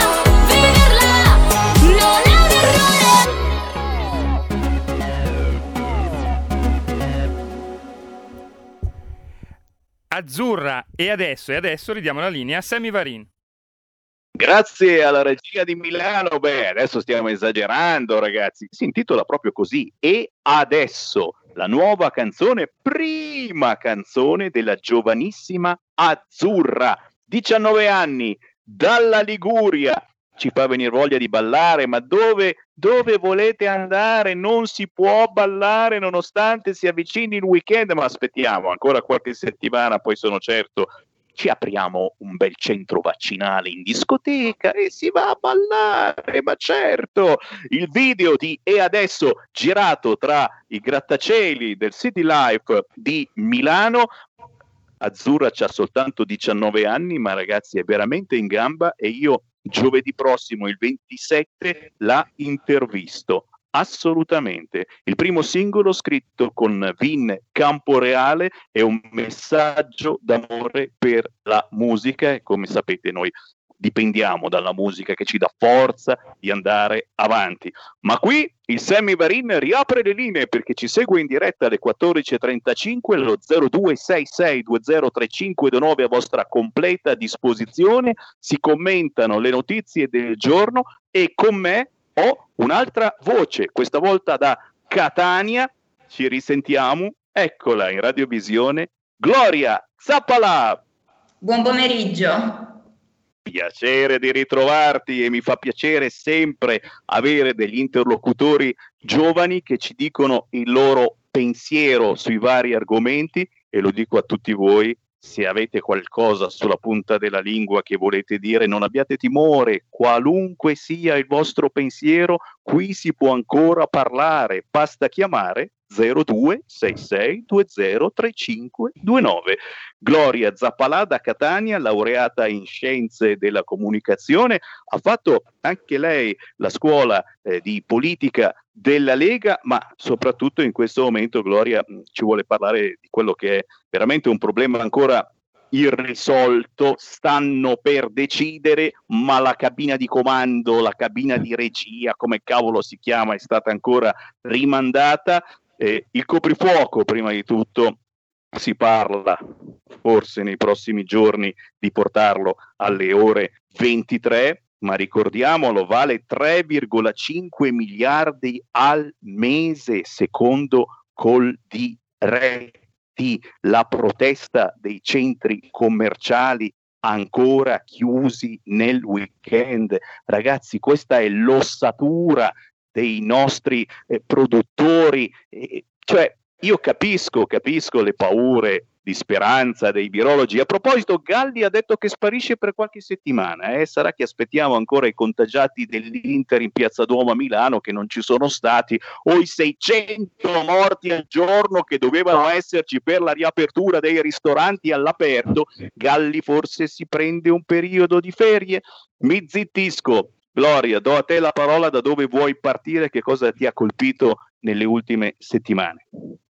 Azzurra. E adesso ridiamo la linea a Sammy Varin. Grazie alla regia di Milano. Adesso stiamo esagerando, ragazzi. Si intitola proprio così. E adesso la nuova canzone, prima canzone della giovanissima Azzurra, 19 anni, dalla Liguria. Ci fa venire voglia di ballare, ma dove volete andare? Non si può ballare nonostante si avvicini il weekend, ma aspettiamo ancora qualche settimana, poi sono certo ci apriamo un bel centro vaccinale in discoteca e si va a ballare, ma certo. Il video di E adesso, girato tra i grattacieli del City Life di Milano. Azzurra c'ha soltanto 19 anni, ma ragazzi è veramente in gamba, e io giovedì prossimo, il 27, la intervisto. Assolutamente. Il primo singolo scritto con Vin Camporeale è un messaggio d'amore per la musica, e come sapete noi dipendiamo dalla musica che ci dà forza di andare avanti. Ma qui il Sammy Varin riapre le linee, perché ci segue in diretta alle 14.35, lo 0266203529 a vostra completa disposizione. Si commentano le notizie del giorno e con me ho un'altra voce, questa volta da Catania. Ci risentiamo, eccola in radiovisione, Gloria Zappalà. Buon pomeriggio. Piacere di ritrovarti, e mi fa piacere sempre avere degli interlocutori giovani che ci dicono il loro pensiero sui vari argomenti, e lo dico a tutti voi: se avete qualcosa sulla punta della lingua che volete dire, non abbiate timore, qualunque sia il vostro pensiero, qui si può ancora parlare, basta chiamare 0266203529. Gloria Zappalà da Catania, laureata in scienze della comunicazione, ha fatto anche lei la scuola di politica della Lega, ma soprattutto in questo momento Gloria ci vuole parlare di quello che è veramente un problema ancora irrisolto. Stanno per decidere, ma la cabina di comando, la cabina di regia, come cavolo si chiama, è stata ancora rimandata. Il coprifuoco, prima di tutto, si parla forse nei prossimi giorni di portarlo alle ore 23, ma ricordiamolo, vale 3,5 miliardi al mese secondo Coldiretti. La protesta dei centri commerciali ancora chiusi nel weekend. Ragazzi, questa è l'ossatura dei nostri produttori, cioè io capisco le paure di Speranza, dei virologi. A proposito, Galli ha detto che sparisce per qualche settimana, sarà che aspettiamo ancora i contagiati dell'Inter in Piazza Duomo a Milano, che non ci sono stati, o i 600 morti al giorno che dovevano esserci per la riapertura dei ristoranti all'aperto. Galli forse si prende un periodo di ferie? Mi zittisco. Gloria, do a te la parola, da dove vuoi partire, che cosa ti ha colpito nelle ultime settimane?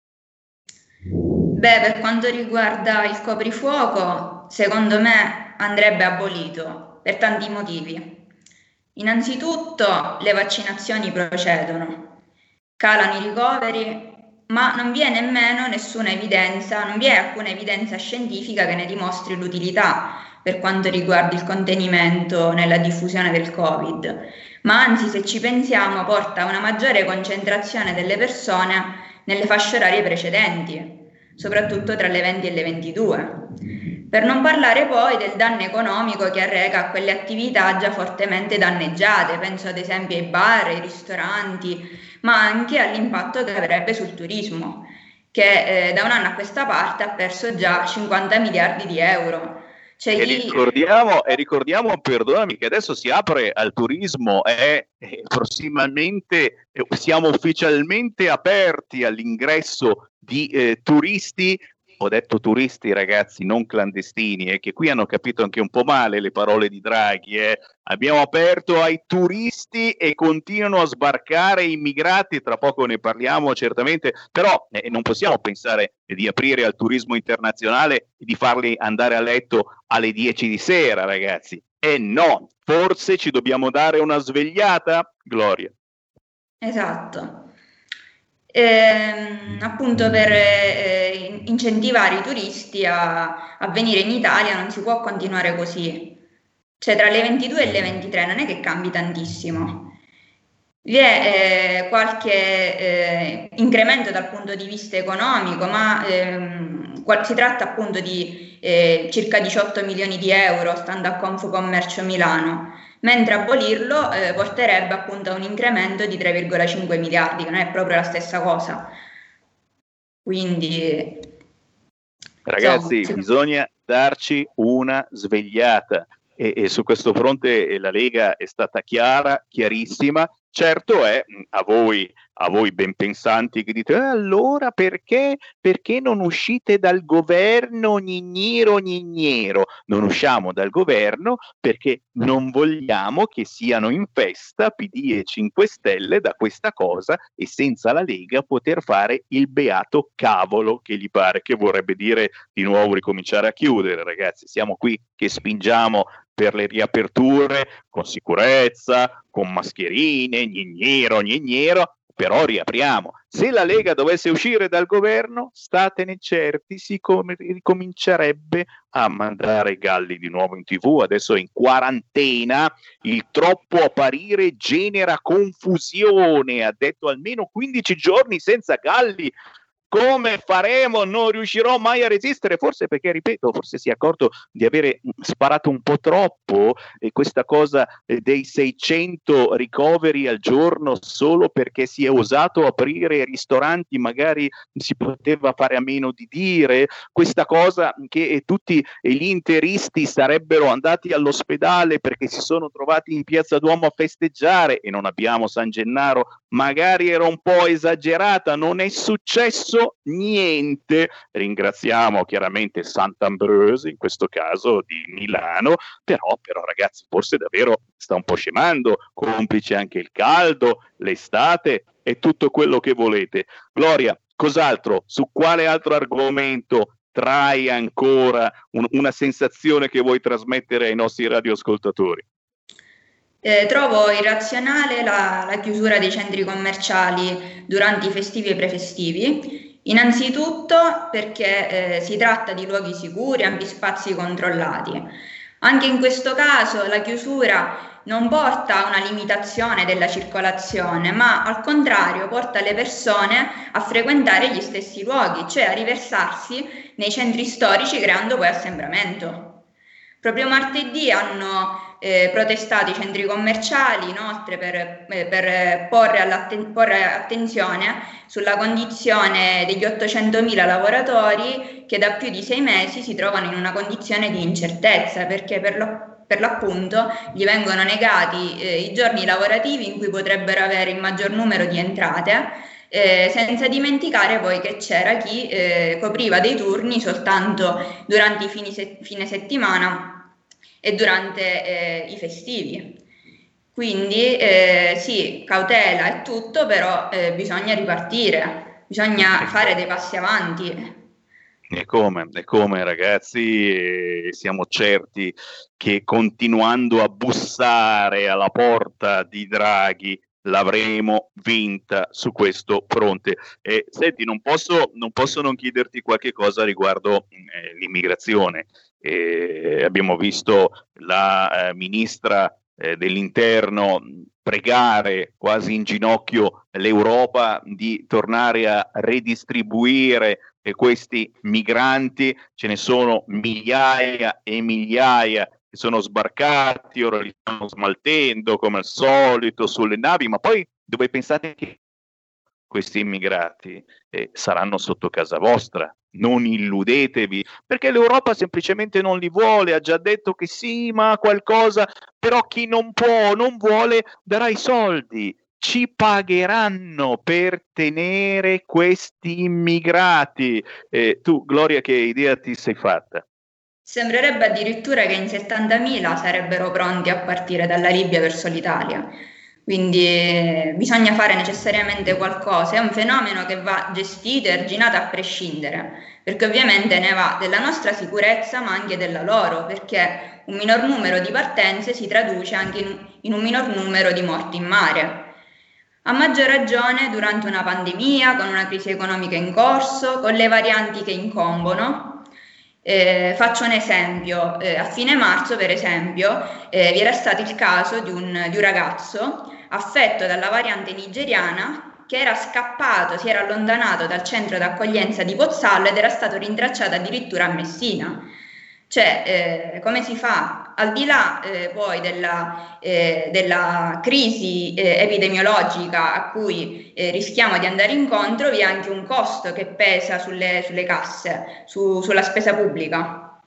Beh, per quanto riguarda il coprifuoco, secondo me andrebbe abolito per tanti motivi. Innanzitutto, le vaccinazioni procedono, calano i ricoveri, ma non vi è nemmeno nessuna evidenza, non vi è alcuna evidenza scientifica che ne dimostri l'utilità per quanto riguarda il contenimento nella diffusione del Covid, ma anzi, se ci pensiamo, porta a una maggiore concentrazione delle persone nelle fasce orarie precedenti, soprattutto tra le 20 e le 22. Per non parlare poi del danno economico che arreca a quelle attività già fortemente danneggiate, penso ad esempio ai bar, ai ristoranti, ma anche all'impatto che avrebbe sul turismo, che da un anno a questa parte ha perso già 50 miliardi di euro. Cioè ricordiamo, perdonami, che adesso si apre al turismo e prossimamente siamo ufficialmente aperti all'ingresso di turisti. Ho detto turisti, ragazzi, non clandestini, che qui hanno capito anche un po' male le parole di Draghi. Abbiamo aperto ai turisti e continuano a sbarcare immigrati, tra poco ne parliamo certamente, però non possiamo pensare di aprire al turismo internazionale e di farli andare a letto alle 10 di sera, ragazzi. No, forse ci dobbiamo dare una svegliata, Gloria. Esatto. appunto per incentivare i turisti a venire in Italia. Non si può continuare così, cioè tra le 22 e le 23 non è che cambi tantissimo. Vi è qualche incremento dal punto di vista economico, ma si tratta appunto di circa 18 milioni di euro stando a Confcommercio Milano, mentre abolirlo porterebbe appunto a un incremento di 3,5 miliardi, che non è proprio la stessa cosa. Quindi ragazzi, bisogna darci una svegliata e su questo fronte la Lega è stata chiarissima. Certo è, a voi ben pensanti che dite allora perché non uscite dal governo gnignero? Non usciamo dal governo perché non vogliamo che siano in festa PD e 5 Stelle da questa cosa e senza la Lega poter fare il beato cavolo che gli pare, che vorrebbe dire di nuovo ricominciare a chiudere. Ragazzi, siamo qui che spingiamo per le riaperture con sicurezza, con mascherine, gnignero, però riapriamo. Se la Lega dovesse uscire dal governo, statene certi, si ricomincerebbe a mandare Galli di nuovo in TV, adesso è in quarantena, il troppo apparire genera confusione, ha detto almeno 15 giorni senza Galli. Come faremo? Non riuscirò mai a resistere, forse perché, ripeto, forse si è accorto di avere sparato un po' troppo e questa cosa dei 600 ricoveri al giorno solo perché si è osato aprire ristoranti, magari si poteva fare a meno di dire, questa cosa che tutti gli interisti sarebbero andati all'ospedale perché si sono trovati in Piazza Duomo a festeggiare e non abbiamo San Gennaro, magari era un po' esagerata, non è successo niente. Ringraziamo chiaramente Sant'Ambrose in questo caso di Milano, però ragazzi, forse davvero sta un po' scemando, complice anche il caldo, l'estate e tutto quello che volete. Gloria, cos'altro, su quale altro argomento trai ancora una sensazione che vuoi trasmettere ai nostri radioascoltatori? Trovo irrazionale la chiusura dei centri commerciali durante i festivi e prefestivi, innanzitutto perché si tratta di luoghi sicuri, ampi spazi controllati. Anche in questo caso la chiusura non porta a una limitazione della circolazione, ma al contrario porta le persone a frequentare gli stessi luoghi, cioè a riversarsi nei centri storici creando poi assembramento. Proprio martedì hanno protestato i centri commerciali, inoltre per porre attenzione sulla condizione degli 800.000 lavoratori che da più di 6 mesi si trovano in una condizione di incertezza, perché per l'appunto gli vengono negati i giorni lavorativi in cui potrebbero avere il maggior numero di entrate, senza dimenticare poi che c'era chi copriva dei turni soltanto durante i fine settimana e durante i festivi. Quindi sì, cautela e tutto, però bisogna ripartire, bisogna fare dei passi avanti. E come ragazzi, siamo certi che continuando a bussare alla porta di Draghi l'avremo vinta su questo fronte. Senti, non posso non chiederti qualche cosa riguardo l'immigrazione. Abbiamo visto la ministra dell'interno pregare quasi in ginocchio l'Europa di tornare a redistribuire questi migranti. Ce ne sono migliaia e migliaia che sono sbarcati, ora li stanno smaltendo come al solito sulle navi, ma poi dove pensate che questi immigrati saranno sotto casa vostra? Non illudetevi, perché l'Europa semplicemente non li vuole, ha già detto che sì, ma qualcosa, però chi non può, non vuole, darà i soldi. Ci pagheranno per tenere questi immigrati. Tu, Gloria, che idea ti sei fatta? Sembrerebbe addirittura che in 70.000 sarebbero pronti a partire dalla Libia verso l'Italia. Quindi bisogna fare necessariamente qualcosa. È un fenomeno che va gestito e arginato a prescindere, perché ovviamente ne va della nostra sicurezza ma anche della loro, perché un minor numero di partenze si traduce anche in un minor numero di morti in mare. A maggior ragione durante una pandemia, con una crisi economica in corso, con le varianti che incombono. Faccio un esempio, a fine marzo per esempio vi era stato il caso di un ragazzo affetto dalla variante nigeriana che era scappato, si era allontanato dal centro d'accoglienza di Pozzallo ed era stato rintracciato addirittura a Messina. Cioè, come si fa? Al di là poi della crisi epidemiologica a cui rischiamo di andare incontro, vi è anche un costo che pesa sulle casse, sulla spesa pubblica.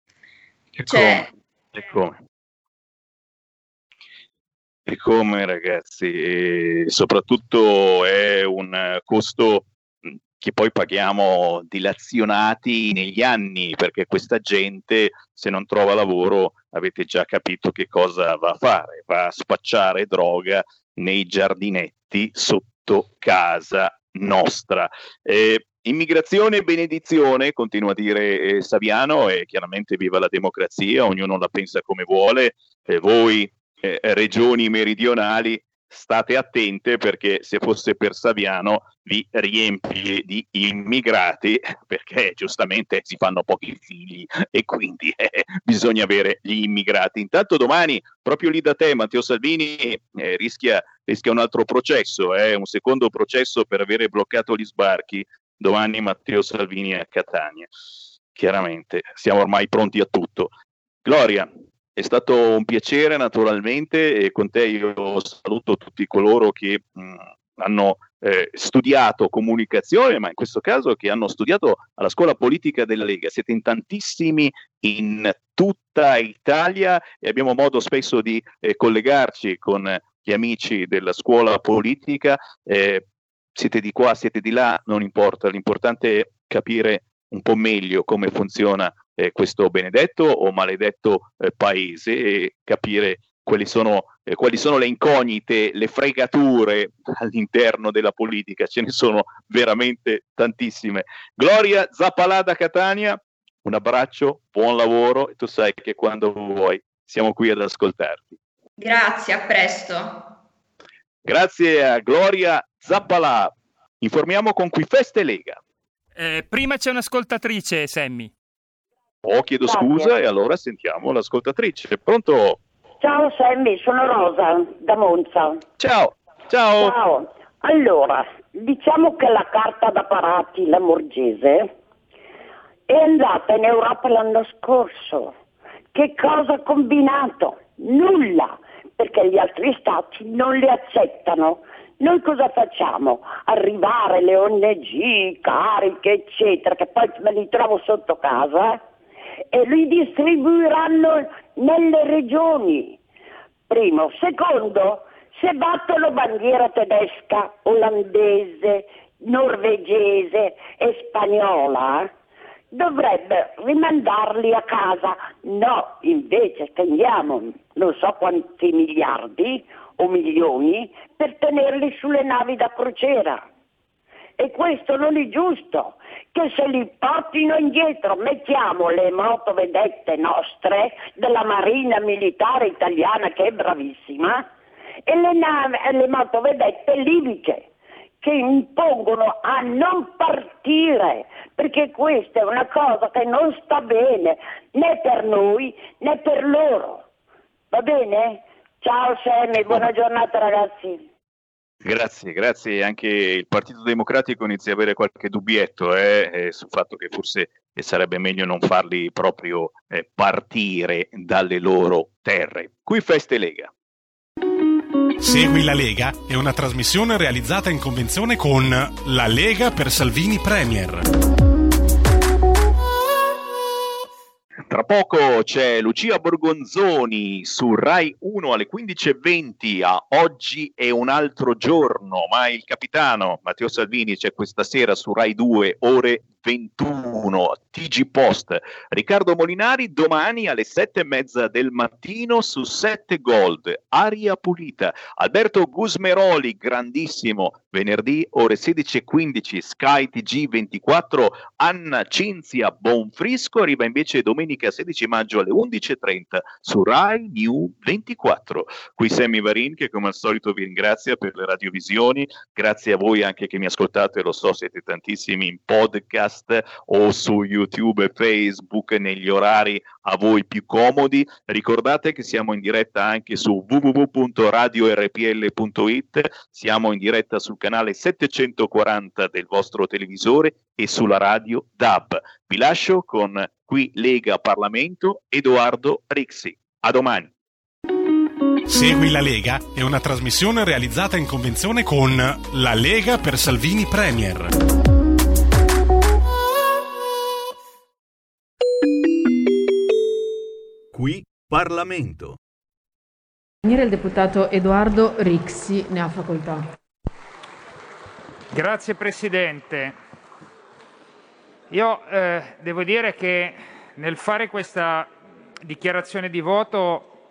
E come ragazzi, e soprattutto è un costo che poi paghiamo dilazionati negli anni, perché questa gente, se non trova lavoro, avete già capito che cosa va a fare, va a spacciare droga nei giardinetti sotto casa nostra. Immigrazione e benedizione, continua a dire Saviano, e chiaramente viva la democrazia, ognuno la pensa come vuole, voi regioni meridionali state attente, perché se fosse per Saviano vi riempie di immigrati, perché giustamente si fanno pochi figli e quindi bisogna avere gli immigrati. Intanto domani, proprio lì da te, Matteo Salvini rischia un altro processo, un secondo processo per avere bloccato gli sbarchi. Domani Matteo Salvini a Catania. Chiaramente siamo ormai pronti a tutto. Gloria, è stato un piacere naturalmente, e con te io saluto tutti coloro che hanno studiato comunicazione, ma in questo caso che hanno studiato alla scuola politica della Lega. Siete in tantissimi in tutta Italia e abbiamo modo spesso di collegarci con gli amici della scuola politica. Siete di qua, siete di là, non importa, l'importante è capire un po' meglio come funziona questo benedetto o maledetto paese, e capire quali sono le incognite, le fregature all'interno della politica. Ce ne sono veramente tantissime. Gloria Zappalà da Catania, un abbraccio, buon lavoro, e tu sai che quando vuoi siamo qui ad ascoltarti. Grazie, a presto. Grazie a Gloria Zappalà. Informiamo con Qui Feste Lega. Prima c'è un'ascoltatrice, Sammy. Chiedo scusa e allora sentiamo l'ascoltatrice. Pronto? Ciao Sammy, sono Rosa da Monza. Ciao. Allora, diciamo che la carta da Parati, la Morgese, è andata in Europa l'anno scorso. Che cosa ha combinato? Nulla, perché gli altri stati non le accettano. Noi cosa facciamo? Arrivare le ONG, cariche, eccetera, che poi me li trovo sotto casa, e li distribuiranno nelle regioni. Primo. Secondo, se battono bandiera tedesca, olandese, norvegese e spagnola, dovrebbe rimandarli a casa. No, invece spendiamo non so quanti miliardi o milioni per tenerli sulle navi da crociera. E questo non è giusto, che se li portino indietro. Mettiamo le motovedette nostre della Marina Militare Italiana, che è bravissima, e le motovedette libiche, che impongono a non partire, perché questa è una cosa che non sta bene né per noi né per loro. Va bene? Ciao Sammy, buona giornata ragazzi. Grazie. Anche il Partito Democratico inizia a avere qualche dubbietto sul fatto che forse sarebbe meglio non farli proprio partire dalle loro terre. Qui Feste Lega. Segui la Lega è una trasmissione realizzata in convenzione con La Lega per Salvini Premier. Tra poco c'è Lucia Borgonzoni su Rai 1 alle 15:20 a Oggi è un altro giorno, ma il capitano Matteo Salvini c'è questa sera su Rai 2 ore 21, TG Post. Riccardo Molinari domani alle 7:30 del mattino su 7 Gold, Aria Pulita. Alberto Gusmeroli, grandissimo, venerdì ore 16:15, Sky TG24. Anna Cinzia Bonfrisco arriva invece domenica 16 maggio alle 11:30 su Rai New 24. Qui Sammy Varin che come al solito vi ringrazia per le radiovisioni, grazie a voi anche che mi ascoltate, lo so siete tantissimi in podcast o su YouTube e Facebook negli orari a voi più comodi. Ricordate che siamo in diretta anche su www.radiorpl.it, siamo in diretta sul canale 740 del vostro televisore e sulla radio DAB. Vi lascio con Qui Lega Parlamento, Edoardo Rixi. A domani. Segui la Lega è una trasmissione realizzata in convenzione con La Lega per Salvini Premier. Qui Parlamento. Il deputato Edoardo Rixi ne ha facoltà. Grazie Presidente. Io devo dire che nel fare questa dichiarazione di voto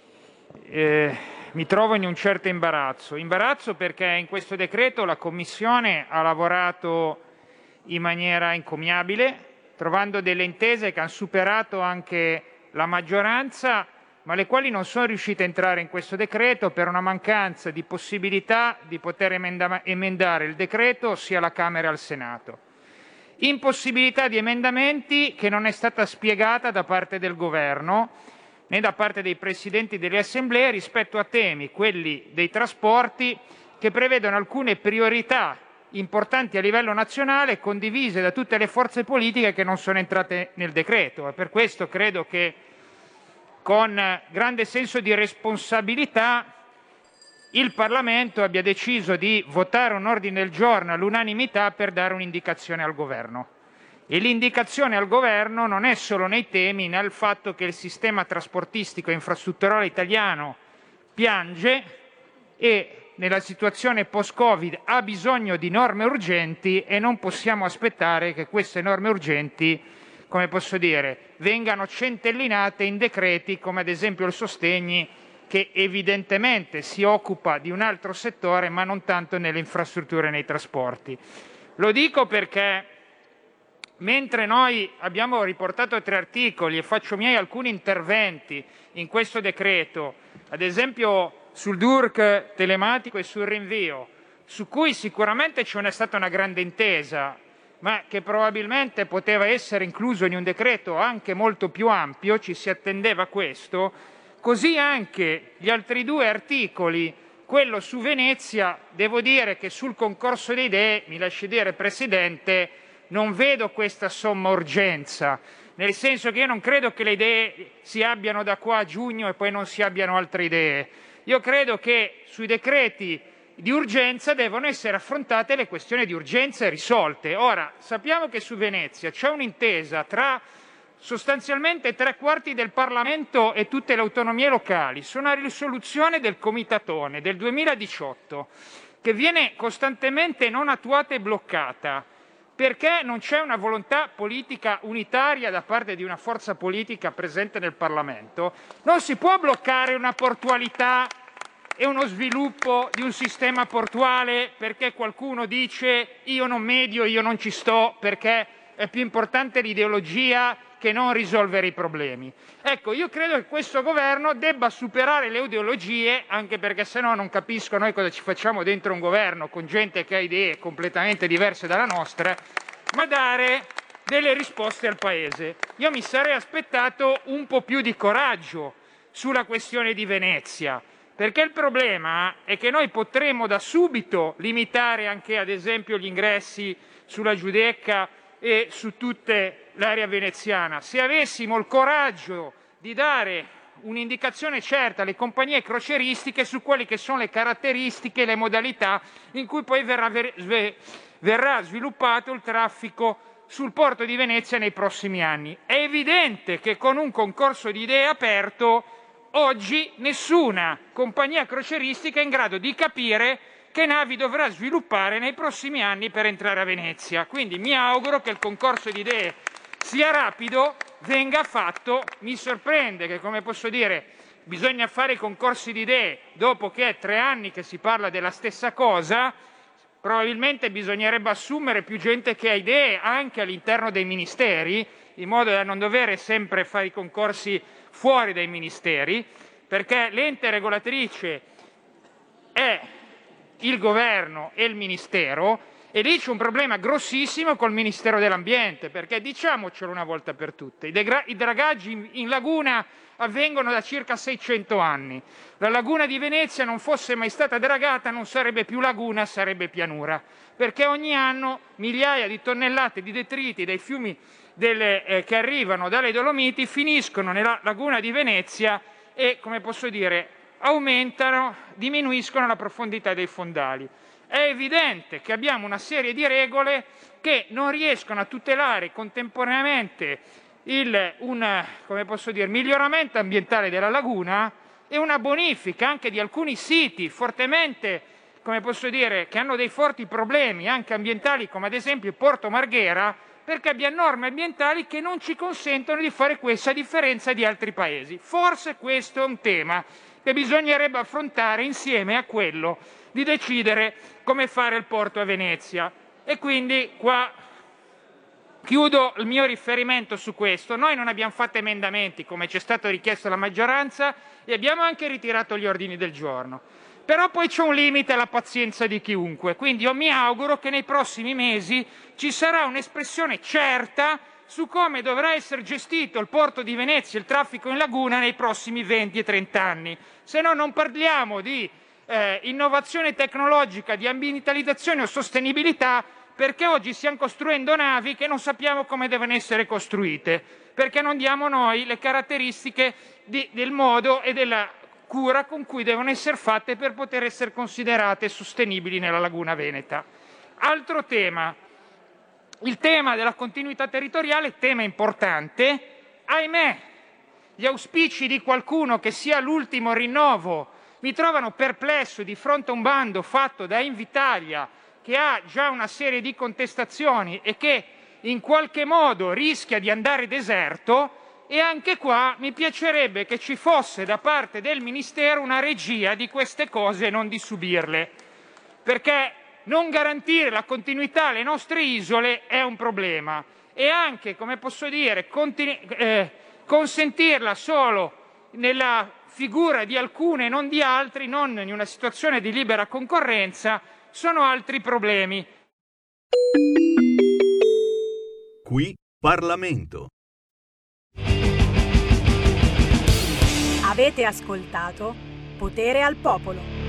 mi trovo in un certo imbarazzo. Imbarazzo perché in questo decreto la Commissione ha lavorato in maniera encomiabile, trovando delle intese che hanno superato anche la maggioranza, ma le quali non sono riuscite a entrare in questo decreto per una mancanza di possibilità di poter emendare il decreto sia alla Camera che al Senato. Impossibilità di emendamenti che non è stata spiegata da parte del Governo né da parte dei presidenti delle assemblee rispetto a temi, quelli dei trasporti, che prevedono alcune priorità importanti a livello nazionale condivise da tutte le forze politiche che non sono entrate nel decreto. E per questo credo che con grande senso di responsabilità il Parlamento abbia deciso di votare un ordine del giorno all'unanimità per dare un'indicazione al Governo. E l'indicazione al Governo non è solo nei temi, nel fatto che il sistema trasportistico e infrastrutturale italiano piange e nella situazione post-Covid ha bisogno di norme urgenti e non possiamo aspettare che queste norme urgenti, come posso dire, vengano centellinate in decreti come ad esempio il Sostegni, che evidentemente si occupa di un altro settore ma non tanto nelle infrastrutture e nei trasporti. Lo dico perché mentre noi abbiamo riportato 3 articoli e faccio miei alcuni interventi in questo decreto, ad esempio sul DURC telematico e sul rinvio, su cui sicuramente ci è stata una grande intesa, ma che probabilmente poteva essere incluso in un decreto anche molto più ampio, ci si attendeva questo, così anche gli altri 2 articoli, quello su Venezia, devo dire che sul concorso di idee, mi lasci dire Presidente, non vedo questa somma urgenza, nel senso che io non credo che le idee si abbiano da qua a giugno e poi non si abbiano altre idee. Io credo che sui decreti di urgenza devono essere affrontate le questioni di urgenza e risolte. Ora, sappiamo che su Venezia c'è un'intesa tra sostanzialmente 3/4 del Parlamento e tutte le autonomie locali su una risoluzione del Comitatone del 2018 che viene costantemente non attuata e bloccata perché non c'è una volontà politica unitaria da parte di una forza politica presente nel Parlamento. Non si può bloccare una portualità e uno sviluppo di un sistema portuale perché qualcuno dice io non medio, io non ci sto perché è più importante l'ideologia che non risolvere i problemi. Ecco, io credo che questo governo debba superare le ideologie, anche perché se no non capisco noi cosa ci facciamo dentro un governo con gente che ha idee completamente diverse dalla nostra, ma dare delle risposte al Paese. Io mi sarei aspettato un po' più di coraggio sulla questione di Venezia, perché il problema è che noi potremmo da subito limitare anche ad esempio gli ingressi sulla Giudecca e su tutta l'area veneziana, se avessimo il coraggio di dare un'indicazione certa alle compagnie crocieristiche su quelle che sono le caratteristiche e le modalità in cui poi verrà sviluppato il traffico sul porto di Venezia nei prossimi anni. È evidente che con un concorso di idee aperto oggi nessuna compagnia crocieristica è in grado di capire che navi dovrà sviluppare nei prossimi anni per entrare a Venezia. Quindi mi auguro che il concorso di idee sia rapido, venga fatto. Mi sorprende che, come posso dire, bisogna fare i concorsi di idee dopo che è 3 anni che si parla della stessa cosa. Probabilmente bisognerebbe assumere più gente che ha idee anche all'interno dei ministeri, in modo da non dover sempre fare i concorsi fuori dai ministeri, perché l'ente regolatrice è il governo e il ministero, e lì c'è un problema grossissimo col Ministero dell'Ambiente, perché diciamocelo una volta per tutte, i dragaggi in laguna avvengono da circa 600 anni. La laguna di Venezia non fosse mai stata dragata, non sarebbe più laguna, sarebbe pianura, perché ogni anno migliaia di tonnellate di detriti dai fiumi che arrivano dalle Dolomiti finiscono nella laguna di Venezia e, come posso dire, diminuiscono la profondità dei fondali. È evidente che abbiamo una serie di regole che non riescono a tutelare contemporaneamente un miglioramento ambientale della laguna e una bonifica anche di alcuni siti fortemente, che hanno dei forti problemi anche ambientali, come ad esempio il Porto Marghera, perché abbiamo norme ambientali che non ci consentono di fare questo, a differenza di altri paesi. Forse questo è un tema che bisognerebbe affrontare insieme a quello di decidere come fare il porto a Venezia. E quindi qua chiudo il mio riferimento su questo. Noi non abbiamo fatto emendamenti, come ci è stato richiesto dalla maggioranza, e abbiamo anche ritirato gli ordini del giorno. Però poi c'è un limite alla pazienza di chiunque, quindi io mi auguro che nei prossimi mesi ci sarà un'espressione certa su come dovrà essere gestito il porto di Venezia e il traffico in laguna nei prossimi 20 e 30 anni. Se no non parliamo di innovazione tecnologica, di ambientalizzazione o sostenibilità, perché oggi stiamo costruendo navi che non sappiamo come devono essere costruite, perché non diamo noi le caratteristiche del modo e della cura con cui devono essere fatte per poter essere considerate sostenibili nella laguna veneta. Altro tema, il tema della continuità territoriale, tema importante. Ahimè, gli auspici di qualcuno che sia l'ultimo rinnovo mi trovano perplesso di fronte a un bando fatto da Invitalia, che ha già una serie di contestazioni e che in qualche modo rischia di andare deserto. E anche qua mi piacerebbe che ci fosse da parte del Ministero una regia di queste cose e non di subirle, perché non garantire la continuità alle nostre isole è un problema, e anche, consentirla solo nella figura di alcune e non di altri, non in una situazione di libera concorrenza, sono altri problemi. Qui Parlamento. Avete ascoltato Potere al Popolo.